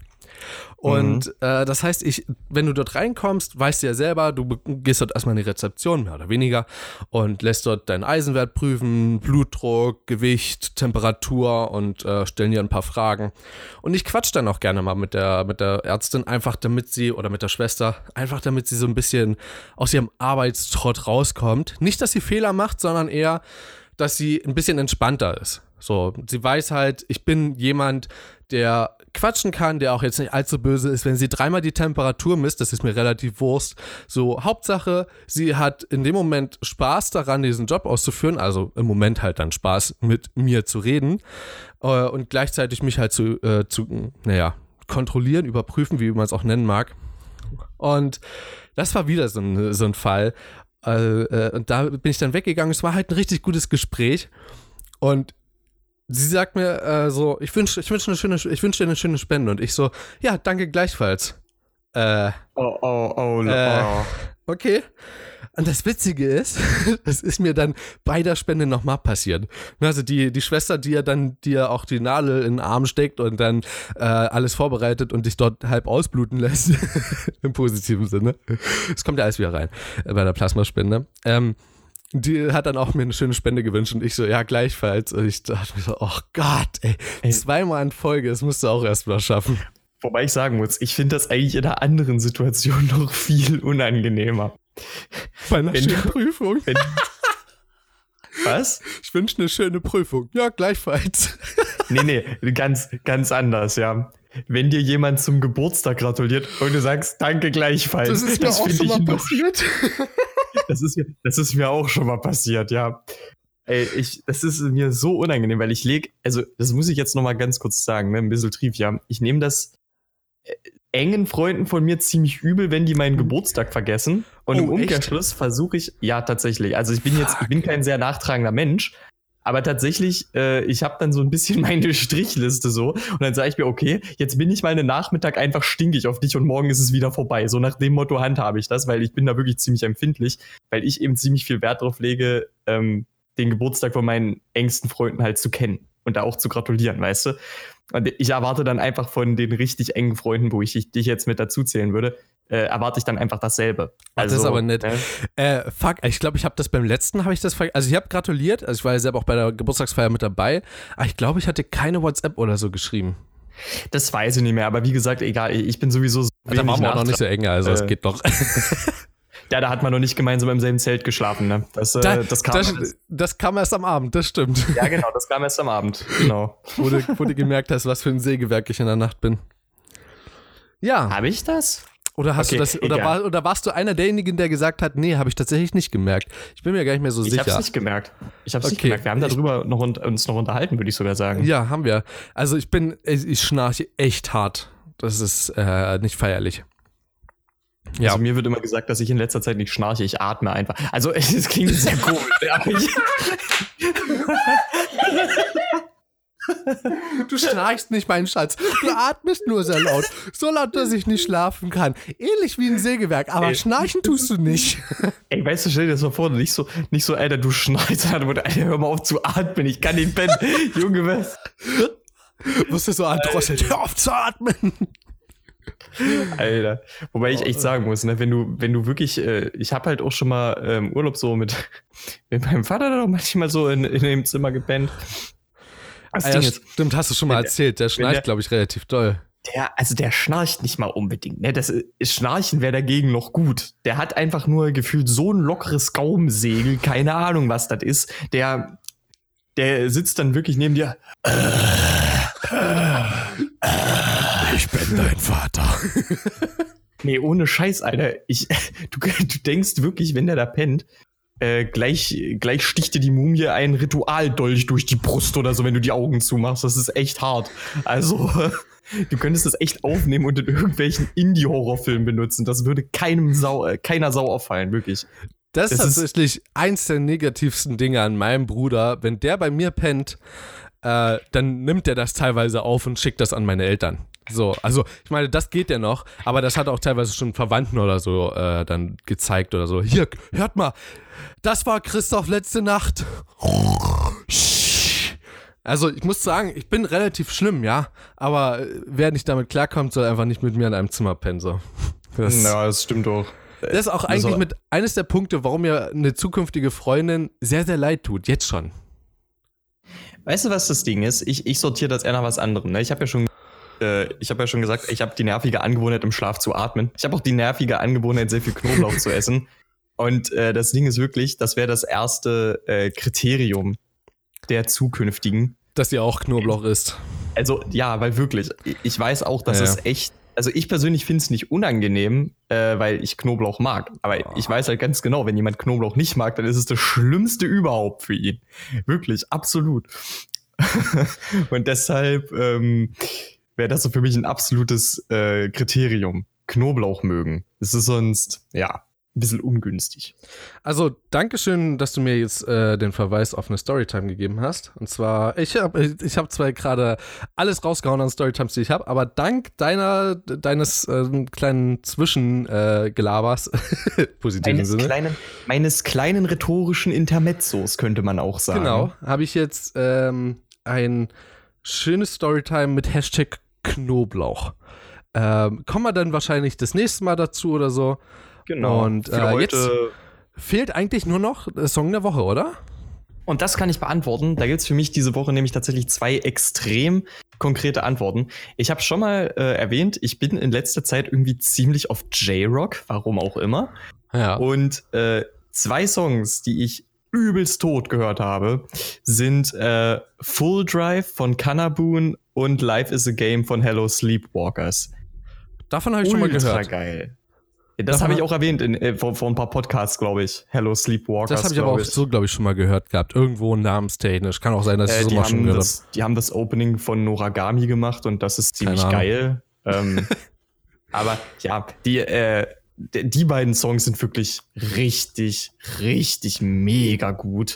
Und mhm. äh, das heißt, ich, wenn du dort reinkommst, weißt du ja selber, du gehst dort erstmal in die Rezeption, mehr oder weniger, und lässt dort deinen Eisenwert prüfen, Blutdruck, Gewicht, Temperatur und äh, stellen dir ein paar Fragen. Und ich quatsch dann auch gerne mal mit der, mit der Ärztin, einfach damit sie, oder mit der Schwester, einfach damit sie so ein bisschen aus ihrem Arbeitstrott rauskommt. Nicht, dass sie Fehler macht, sondern eher, dass sie ein bisschen entspannter ist. So, sie weiß halt, ich bin jemand, der quatschen kann, der auch jetzt nicht allzu böse ist, wenn sie dreimal die Temperatur misst, das ist mir relativ Wurst. So, Hauptsache, sie hat in dem Moment Spaß daran, diesen Job auszuführen, also im Moment halt dann Spaß, mit mir zu reden äh, und gleichzeitig mich halt zu, äh, zu, naja, kontrollieren, überprüfen, wie man es auch nennen mag. Und das war wieder so ein, so ein Fall. Äh, und da bin ich dann weggegangen. Es war halt ein richtig gutes Gespräch. Und sie sagt mir äh, so, ich wünsche ich wünsch eine schöne, ich wünsch dir eine schöne Spende. Und ich so, ja, danke gleichfalls. Äh, oh, oh, oh, äh, oh. Okay. Und das Witzige ist, das ist mir dann bei der Spende nochmal passiert. Also die, die Schwester, die ja dann dir auch die Nadel in den Arm steckt und dann äh, alles vorbereitet und dich dort halb ausbluten lässt, im positiven Sinne. Es kommt ja alles wieder rein äh, bei der Plasmaspende. Ähm, die hat dann auch mir eine schöne Spende gewünscht und ich so, ja, gleichfalls. Und ich dachte mir so, oh Gott, ey, ey. zweimal in Folge, das musst du auch erstmal schaffen. Wobei ich sagen muss, ich finde das eigentlich in einer anderen Situation noch viel unangenehmer. Bei einer wenn schönen Prüfung. Wenn, Was? Ich wünsche eine schöne Prüfung. Ja, gleichfalls. Nee, nee, ganz, ganz anders, ja. Wenn dir jemand zum Geburtstag gratuliert und du sagst, danke gleichfalls. Das ist mir das auch schon mal noch, passiert. Das ist, das ist mir auch schon mal passiert, ja. Ey, ich, das ist mir so unangenehm, weil ich lege, also das muss ich jetzt noch mal ganz kurz sagen, ne, ein bisschen Trivia. Ich nehme das äh, engen Freunden von mir ziemlich übel, wenn die meinen Geburtstag vergessen. Und Oh, im Umkehrschluss versuche ich, ja tatsächlich, also ich bin jetzt, ich bin kein sehr nachtragender Mensch, aber tatsächlich, äh, ich habe dann so ein bisschen meine Strichliste so und dann sage ich mir, okay, jetzt bin ich mal einen Nachmittag einfach stinkig auf dich und morgen ist es wieder vorbei. So nach dem Motto handhabe ich das, weil ich bin da wirklich ziemlich empfindlich, weil ich eben ziemlich viel Wert drauf lege, ähm, den Geburtstag von meinen engsten Freunden halt zu kennen und da auch zu gratulieren, weißt du? Und ich erwarte dann einfach von den richtig engen Freunden, wo ich dich jetzt mit dazu zählen würde, äh, erwarte ich dann einfach dasselbe. Also, das ist aber nett. Ne? Äh, fuck, ich glaube, ich habe das beim letzten, habe ich das ver- Also ich habe gratuliert, also ich war ja selber auch bei der Geburtstagsfeier mit dabei, aber ich glaube, ich hatte keine WhatsApp oder so geschrieben. Das weiß ich nicht mehr, aber wie gesagt, egal, ich bin sowieso so Da waren wir auch noch nicht so eng, also es äh, geht noch. Ja, da hat man noch nicht gemeinsam im selben Zelt geschlafen, ne? Das, äh, Da, das, kam, das, das, das kam erst am Abend, das stimmt. ja, genau, das kam erst am Abend, genau. Wo du, wo du gemerkt hast, was für ein Sägewerk ich in der Nacht bin. Ja. Habe ich das? Oder hast Okay, du das, oder, egal. war, oder warst du einer derjenigen, der gesagt hat, nee, habe ich tatsächlich nicht gemerkt. Ich bin mir gar nicht mehr so Ich sicher. hab's nicht gemerkt. Ich hab's Okay. nicht gemerkt. Wir haben darüber noch, uns noch unterhalten, würde ich sogar sagen. Ja, haben wir. Also ich bin, ich, ich schnarche echt hart. Das ist äh, nicht feierlich. Ja. Also mir wird immer gesagt, dass ich in letzter Zeit nicht schnarche, ich atme einfach. Also es klingt sehr komisch, aber ich, Du schnarchst nicht, mein Schatz. Du atmest nur sehr laut. So laut, dass ich nicht schlafen kann. Ähnlich wie ein Sägewerk, aber Ey. schnarchen tust du nicht. ey, weißt du, stell dir das mal vor, nicht so, nicht so, Alter, du schnarchst, Alter, Alter, hör mal auf zu atmen, ich kann nicht pennen. Junge, was? Musst du so androsseln. Hör auf zu atmen. Alter. Wobei ich echt sagen muss, ne, wenn du, wenn du wirklich, äh, ich habe halt auch schon mal äh, im Urlaub so mit, mit meinem Vater da manchmal so in, in dem Zimmer gepennt. Das Ah, Ding ja, ist, stimmt, hast du schon mal wenn der- erzählt. Der wenn schnarcht, der- glaube ich, relativ doll. der, also der schnarcht nicht mal unbedingt, ne, das äh, Schnarchen wäre dagegen noch gut. Der hat einfach nur gefühlt so ein lockeres Gaumensegel, keine Ahnung, was das ist. Der, der sitzt dann wirklich neben dir. Ich bin dein Vater. Nee, ohne Scheiß, Alter. Ich, du, du denkst wirklich, wenn der da pennt, äh, gleich, gleich sticht dir die Mumie ein Ritualdolch durch die Brust oder so, wenn du die Augen zumachst. Das ist echt hart. Also, du könntest das echt aufnehmen und in irgendwelchen Indie-Horrorfilmen benutzen. Das würde keinem Sau, äh, keiner Sau auffallen, wirklich. Das ist Das ist- tatsächlich eins der negativsten Dinge an meinem Bruder. Wenn der bei mir pennt, äh, dann nimmt er das teilweise auf und schickt das an meine Eltern. So, also ich meine, das geht ja noch, aber das hat auch teilweise schon Verwandten oder so äh, dann gezeigt oder so. Hier, hört mal, das war Christoph letzte Nacht. Also ich muss sagen, ich bin relativ schlimm, ja, aber äh, wer nicht damit klarkommt, soll einfach nicht mit mir in einem Zimmer pennen, so. Das, Ja, das stimmt auch. das ist auch eigentlich Also- mit eines der Punkte, warum mir eine zukünftige Freundin sehr, sehr leid tut, jetzt schon. Weißt du, was das Ding ist? Ich, ich sortiere das eher nach was anderem. Ne? Ich habe ja schon äh, ich habe ja schon gesagt, ich habe die nervige Angewohnheit, im Schlaf zu atmen. Ich habe auch die nervige Angewohnheit, sehr viel Knoblauch zu essen. Und äh, das Ding ist wirklich, das wäre das erste äh, Kriterium der zukünftigen. Dass ihr auch Knoblauch isst. Also ja, weil wirklich, ich- ich weiß auch, dass Ja, es ja. echt, also ich persönlich finde es nicht unangenehm, äh, weil ich Knoblauch mag. Aber ich weiß halt ganz genau, wenn jemand Knoblauch nicht mag, dann ist es das Schlimmste überhaupt für ihn. Wirklich, absolut. Und deshalb ähm, wäre das so für mich ein absolutes äh, Kriterium. Knoblauch mögen. Es ist sonst, ja, ein bisschen ungünstig. Also, Dankeschön, dass du mir jetzt äh, den Verweis auf eine Storytime gegeben hast. Und zwar, ich habe ich hab zwar gerade alles rausgehauen an Storytimes, die ich habe, aber dank deiner, deines äh, kleinen Zwischengelabers, äh, positiven Meines Sinne, kleinen, meines kleinen rhetorischen Intermezzos, könnte man auch sagen. genau, habe ich jetzt ähm, ein schönes Storytime mit Hashtag Knoblauch. Ähm, kommen wir dann wahrscheinlich das nächste Mal dazu oder so. Genau. Und Für äh, heute jetzt fehlt eigentlich nur noch der Song der Woche, oder? Und das kann ich beantworten. Da gibt es für mich diese Woche nämlich tatsächlich zwei extrem konkrete Antworten. Ich habe schon mal äh, erwähnt, ich bin in letzter Zeit irgendwie ziemlich auf J-Rock, warum auch immer. Ja. Und äh, zwei Songs, die ich übelst tot gehört habe, sind äh, Full Drive von Kanabun und Life is a Game von Hello Sleepwalkers. Davon habe ich schon mal gehört. Ultra geil. Das habe ich auch erwähnt in, äh, vor, vor ein paar Podcasts, glaube ich. Hello Sleepwalkers. Das habe ich aber auch ich. so, glaube ich, schon mal gehört gehabt. Irgendwo namenstechnisch. Kann auch sein, dass ich äh, so mal schon gehört habe. Die haben das Opening von Noragami gemacht und das ist ziemlich geil. Ähm, aber ja, die, äh, die beiden Songs sind wirklich richtig, richtig mega gut.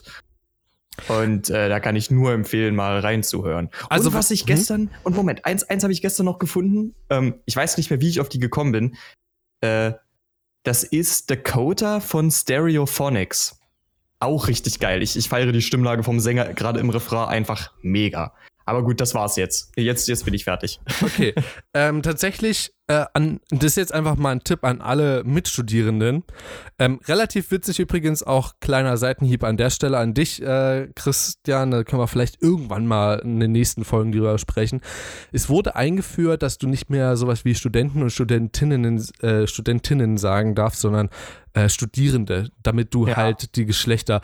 Und äh, da kann ich nur empfehlen, mal reinzuhören. Also und was ich gestern, hm? und Moment, eins, eins habe ich gestern noch gefunden. Ähm, ich weiß nicht mehr, wie ich auf die gekommen bin. Äh, das ist Dakota von Stereophonics. Auch richtig geil. Ich, ich feiere die Stimmlage vom Sänger gerade im Refrain einfach mega. Aber gut, das war's jetzt. Jetzt, jetzt bin ich fertig. Okay. ähm, tatsächlich, äh, an, das ist jetzt einfach mal ein Tipp an alle Mitstudierenden. Ähm, relativ witzig übrigens, auch kleiner Seitenhieb an der Stelle an dich, äh, Christian. Da können wir vielleicht irgendwann mal in den nächsten Folgen drüber sprechen. Es wurde eingeführt, dass du nicht mehr sowas wie Studenten und Studentinnen, äh, Studentinnen sagen darfst, sondern äh, Studierende, damit du ja. halt die Geschlechter.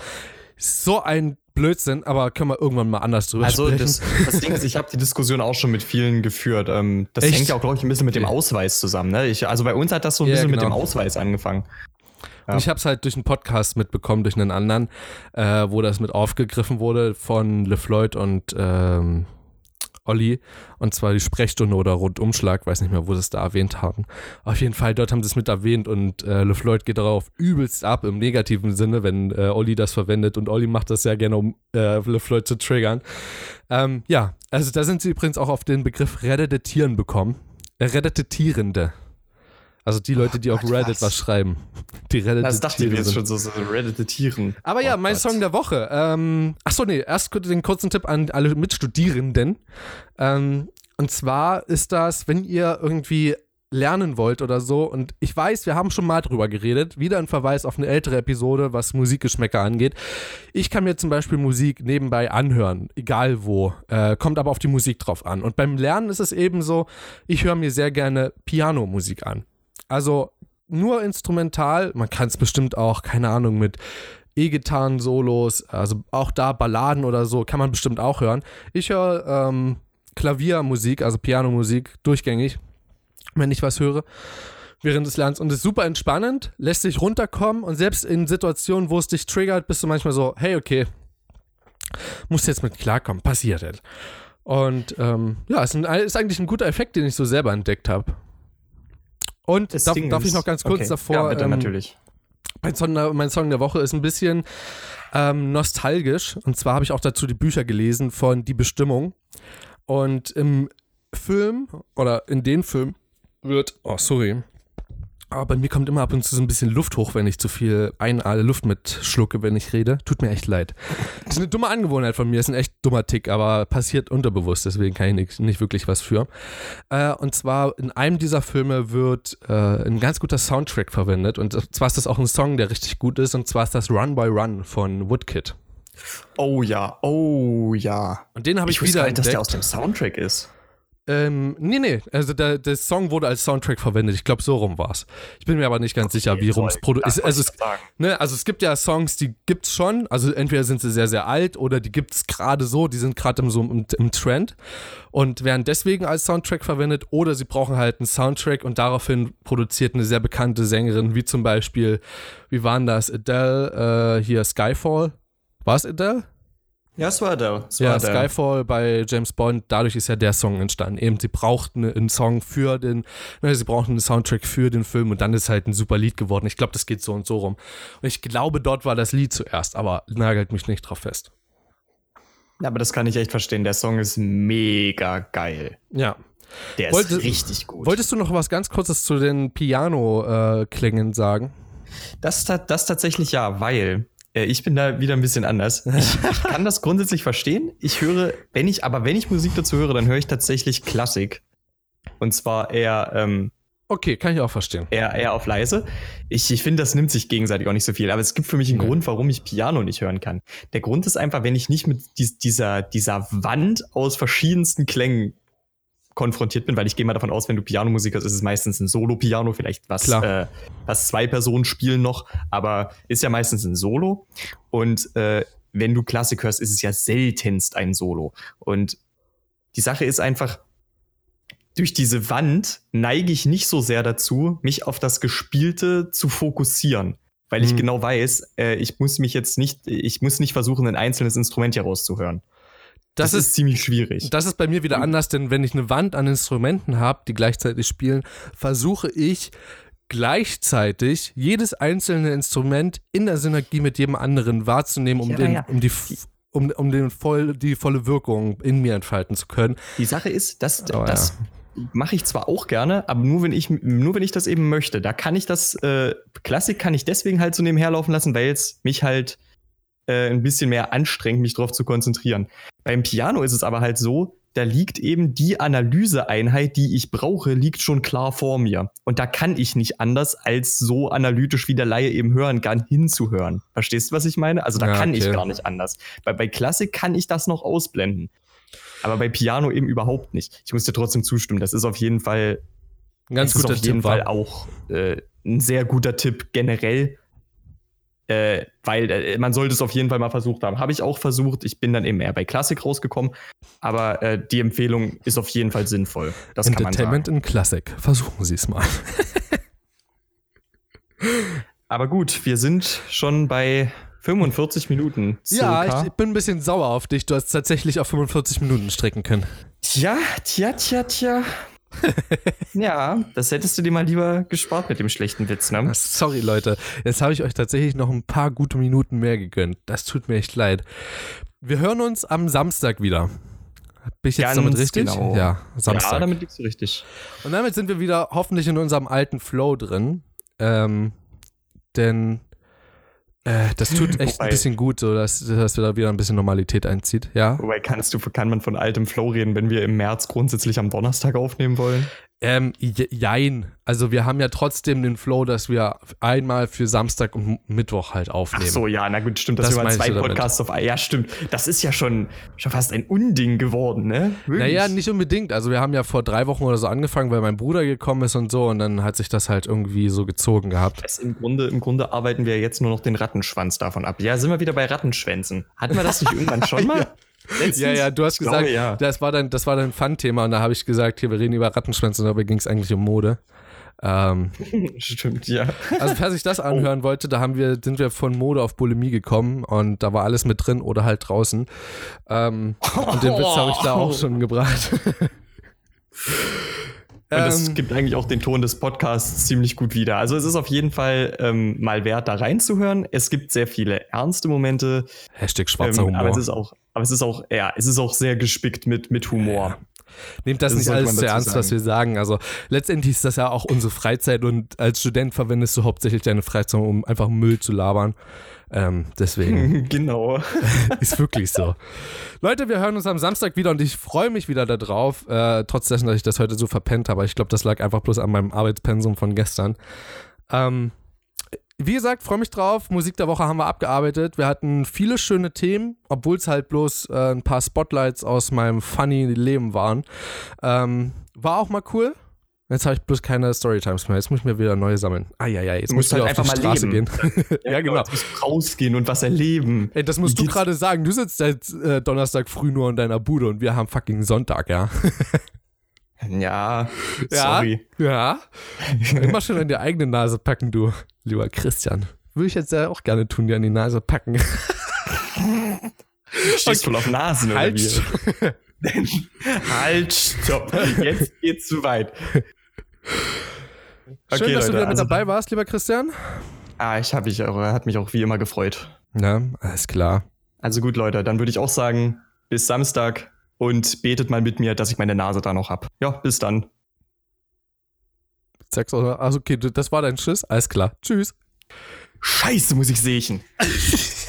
So ein Blödsinn, aber können wir irgendwann mal anders drüber also sprechen. Also das, das Ding ist, ich habe die Diskussion auch schon mit vielen geführt. Ähm, das Echt? hängt ja auch, glaube ich, ein bisschen mit dem Ausweis zusammen. Ne? Ich, also bei uns hat das so ein ja, bisschen genau. mit dem Ausweis angefangen. Ja. Und ich habe es halt durch einen Podcast mitbekommen, durch einen anderen, äh, wo das mit aufgegriffen wurde von LeFloid und ähm, Olli, und zwar die Sprechstunde oder Rundumschlag, weiß nicht mehr, wo sie es da erwähnt haben. Auf jeden Fall, dort haben sie es mit erwähnt und äh, LeFloid geht darauf übelst ab, im negativen Sinne, wenn äh, Olli das verwendet, und Olli macht das sehr gerne, um äh, LeFloid zu triggern. Ähm, ja, also da sind sie übrigens auch auf den Begriff Redditieren bekommen. Äh, Redditierende. Also die Leute, die oh, auf Reddit was, was schreiben. Die Reddit. Das dachte ich jetzt schon so, so Redditieren. Aber ja, oh, mein Gott. Song der Woche. Ähm, achso, nee, erst den kurzen Tipp an alle Mitstudierenden. Ähm, und zwar ist das, wenn ihr irgendwie lernen wollt oder so, und ich weiß, wir haben schon mal drüber geredet, wieder ein Verweis auf eine ältere Episode, was Musikgeschmäcker angeht. Ich kann mir zum Beispiel Musik nebenbei anhören, egal wo, äh, kommt aber auf die Musik drauf an. Und beim Lernen ist es eben so, ich höre mir sehr gerne Pianomusik an. Also nur instrumental, man kann es bestimmt auch, keine Ahnung, mit E-Gitarren-Solos, also auch da Balladen oder so, kann man bestimmt auch hören. Ich höre ähm, Klaviermusik, also Pianomusik, durchgängig, wenn ich was höre, während des Lernens. Und ist super entspannend, lässt sich runterkommen, und selbst in Situationen, wo es dich triggert, bist du manchmal so, hey, okay, musst jetzt mit klarkommen, passiert halt. Und ähm, ja, es ist, ein, ist eigentlich ein guter Effekt, den ich so selber entdeckt habe. Und darf, darf ich noch ganz kurz okay. davor, ja, bitte, ähm, natürlich. Mein Song, mein Song der Woche ist ein bisschen ähm, nostalgisch, und zwar habe ich auch dazu die Bücher gelesen von Die Bestimmung, und im Film, oder in den Film wird, oh sorry, aber bei mir kommt immer ab und zu so ein bisschen Luft hoch, wenn ich zu viel ein, alle Luft mitschlucke, wenn ich rede. Tut mir echt leid. Das ist eine dumme Angewohnheit von mir, ist ein echt dummer Tick, aber passiert unterbewusst, deswegen kann ich nicht, nicht wirklich was für. Äh, und zwar in einem dieser Filme wird äh, ein ganz guter Soundtrack verwendet, und zwar ist das auch ein Song, der richtig gut ist, und zwar ist das Run by Run von Woodkid. Oh ja, oh ja. Und den habe ich, ich wieder entdeckt. Dass der aus dem Soundtrack ist. Ähm, nee, nee, also der, der Song wurde als Soundtrack verwendet. Ich glaube, so rum war's. Ich bin mir aber nicht ganz okay, sicher, wie rum es produziert. Also, es, ne, also es gibt ja Songs, die gibt's schon. Also entweder sind sie sehr, sehr alt, oder die gibt's gerade so, die sind gerade im, so im, im Trend und werden deswegen als Soundtrack verwendet, oder sie brauchen halt einen Soundtrack, und daraufhin produziert eine sehr bekannte Sängerin, wie zum Beispiel, wie waren das? Adele, äh, hier Skyfall. War es Adele? Ja, es war Adele. Es ja, war Adele. Skyfall bei James Bond, dadurch ist ja der Song entstanden. Eben, sie brauchten einen Song für den, ne, sie brauchten einen Soundtrack für den Film, und dann ist halt ein super Lied geworden. Ich glaube, das geht so und so rum. Und ich glaube, dort war das Lied zuerst, aber nagelt mich nicht drauf fest. Ja, aber das kann ich echt verstehen. Der Song ist mega geil. Ja. Der Wollte, ist richtig gut. Wolltest du noch was ganz Kurzes zu den Piano-Klängen äh, sagen? Das, das tatsächlich ja, weil ich bin da wieder ein bisschen anders. Ich kann das grundsätzlich verstehen. Ich höre, wenn ich, aber wenn ich Musik dazu höre, dann höre ich tatsächlich Klassik. Und zwar eher, ähm, okay, kann ich auch verstehen. Eher, eher auf leise. Ich, ich finde, das nimmt sich gegenseitig auch nicht so viel. Aber es gibt für mich einen ja. Grund, warum ich Piano nicht hören kann. Der Grund ist einfach, wenn ich nicht mit dies, dieser, dieser Wand aus verschiedensten Klängen konfrontiert bin, weil ich gehe mal davon aus, wenn du Pianomusik hast, ist es meistens ein Solo-Piano, vielleicht was, äh, was zwei Personen spielen noch, aber ist ja meistens ein Solo. Und äh, wenn du Klassik hörst, ist es ja seltenst ein Solo. Und die Sache ist einfach, durch diese Wand neige ich nicht so sehr dazu, mich auf das Gespielte zu fokussieren. Weil ich mhm. genau weiß, äh, ich muss mich jetzt nicht, ich muss nicht versuchen, ein einzelnes Instrument hier rauszuhören. Das, das ist, ist ziemlich schwierig. Das ist bei mir wieder anders, denn wenn ich eine Wand an Instrumenten habe, die gleichzeitig spielen, versuche ich gleichzeitig jedes einzelne Instrument in der Synergie mit jedem anderen wahrzunehmen, um, ja, den, ja. um, die, um, um den voll, die volle Wirkung in mir entfalten zu können. Die Sache ist, dass oh, das ja. mache ich zwar auch gerne, aber nur wenn ich nur wenn ich das eben möchte. Da kann ich das, äh, Klassik kann ich deswegen halt so nebenher laufen lassen, weil es mich halt äh, ein bisschen mehr anstrengt, mich drauf zu konzentrieren. Beim Piano ist es aber halt so, da liegt eben die Analyseeinheit, die ich brauche, liegt schon klar vor mir. Und da kann ich nicht anders, als so analytisch wie der Laie eben hören kann, hinzuhören. Verstehst du, was ich meine? Also da ja, kann okay. ich gar nicht anders. Bei, bei Klassik kann ich das noch ausblenden. Aber bei Piano eben überhaupt nicht. Ich muss dir trotzdem zustimmen. Das ist auf jeden Fall, ein ganz guter ist auf jeden Tipp Fall war. auch äh, ein sehr guter Tipp generell. Äh, weil äh, man sollte es auf jeden Fall mal versucht haben. Habe ich auch versucht. Ich bin dann eben eher bei Klassik rausgekommen. Aber äh, die Empfehlung ist auf jeden Fall sinnvoll. Das kann man sagen. Entertainment in Klassik. Versuchen Sie es mal. Aber gut, wir sind schon bei fünfundvierzig Minuten. Circa. Ja, ich bin ein bisschen sauer auf dich. Du hast tatsächlich auf fünfundvierzig Minuten strecken können. Tja, tja, tja, tja. Ja, das hättest du dir mal lieber gespart mit dem schlechten Witz, ne? Sorry, Leute. Jetzt habe ich euch tatsächlich noch ein paar gute Minuten mehr gegönnt. Das tut mir echt leid. Wir hören uns am Samstag wieder. Bin ich jetzt Ganz damit richtig? Genau. Ja, Samstag. Ja, damit liegst du richtig. Und damit sind wir wieder hoffentlich in unserem alten Flow drin. Ähm, denn äh, das tut echt Wobei, ein bisschen gut, so dass, dass wir da wieder ein bisschen Normalität einzieht. Ja? Wobei kannst du, kann man von altem Flow reden, wenn wir im März grundsätzlich am Donnerstag aufnehmen wollen? Ähm, jein. Also wir haben ja trotzdem den Flow, dass wir einmal für Samstag und Mittwoch halt aufnehmen. Ach so, ja, na gut, stimmt, dass das wir mal zwei Podcasts auf... Ja, stimmt. Das ist ja schon, schon fast ein Unding geworden, ne? Wirklich? Naja, nicht unbedingt. Also wir haben ja vor drei Wochen oder so angefangen, weil mein Bruder gekommen ist und so und dann hat sich das halt irgendwie so gezogen gehabt. Das im Grunde, im Grunde arbeiten wir jetzt nur noch den Rattenschwanz davon ab. Ja, sind wir wieder bei Rattenschwänzen. Hatten wir das nicht irgendwann schon mal? Ja. Letztens? Ja, ja, du hast gesagt, glaube, ja. das war dein, das war dein Fun-Thema und da habe ich gesagt, hier, wir reden über Rattenschwänze und dabei ging es eigentlich um Mode. Ähm, Stimmt, ja. Also, falls ich das anhören oh. wollte, da haben wir, sind wir von Mode auf Bulimie gekommen und da war alles mit drin oder halt draußen. Ähm, und den Witz habe ich da auch schon gebracht. Und das ähm, gibt eigentlich auch den Ton des Podcasts ziemlich gut wieder. Also es ist auf jeden Fall ähm, mal wert, da reinzuhören. Es gibt sehr viele ernste Momente. Hashtag schwarzer ähm, Humor. Aber es ist auch, aber es ist auch, ja, es ist auch sehr gespickt mit, mit Humor. Ja. Nehmt das, das nicht alles sehr ernst, sagen. was wir sagen. Also letztendlich ist das ja auch unsere Freizeit und als Student verwendest du hauptsächlich deine Freizeit, um einfach Müll zu labern. Ähm, deswegen. Genau. Ist wirklich so. Leute, wir hören uns am Samstag wieder und ich freue mich wieder darauf, äh, trotz dessen, dass ich das heute so verpennt habe. Ich glaube, das lag einfach bloß an meinem Arbeitspensum von gestern. Ähm, wie gesagt, freue mich drauf. Musik der Woche haben wir abgearbeitet. Wir hatten viele schöne Themen, obwohl es halt bloß äh, ein paar Spotlights aus meinem funny Leben waren. Ähm, war auch mal cool. Jetzt habe ich bloß keine Storytimes mehr. Jetzt muss ich mir wieder neue sammeln. Ah ja, ja, jetzt du muss ich halt wieder einfach auf die mal Straße leben. gehen. ja, genau. Jetzt musst du rausgehen und was erleben. Ey, das musst Wie du gerade sagen. Du sitzt seit äh, Donnerstag früh nur in deiner Bude und wir haben fucking Sonntag, ja. ja, sorry. Ja, ja. Immer schön an die eigene Nase packen, du, lieber Christian. Würde ich jetzt ja auch gerne tun, dir an die Nase packen. Stehst du okay. auf Nasen oder halt. wie? Halt, stopp. Jetzt geht's zu weit. Okay, schön, dass Leute, du wieder mit also, dabei warst, lieber Christian. Ah, ich habe mich auch, hat mich auch wie immer gefreut. Ja, alles klar. Also gut, Leute, dann würde ich auch sagen, bis Samstag und betet mal mit mir, dass ich meine Nase da noch hab. Ja, bis dann. Sag's auch, also okay, das war dein Schiss, alles klar. Tschüss. Scheiße, muss ich sehen.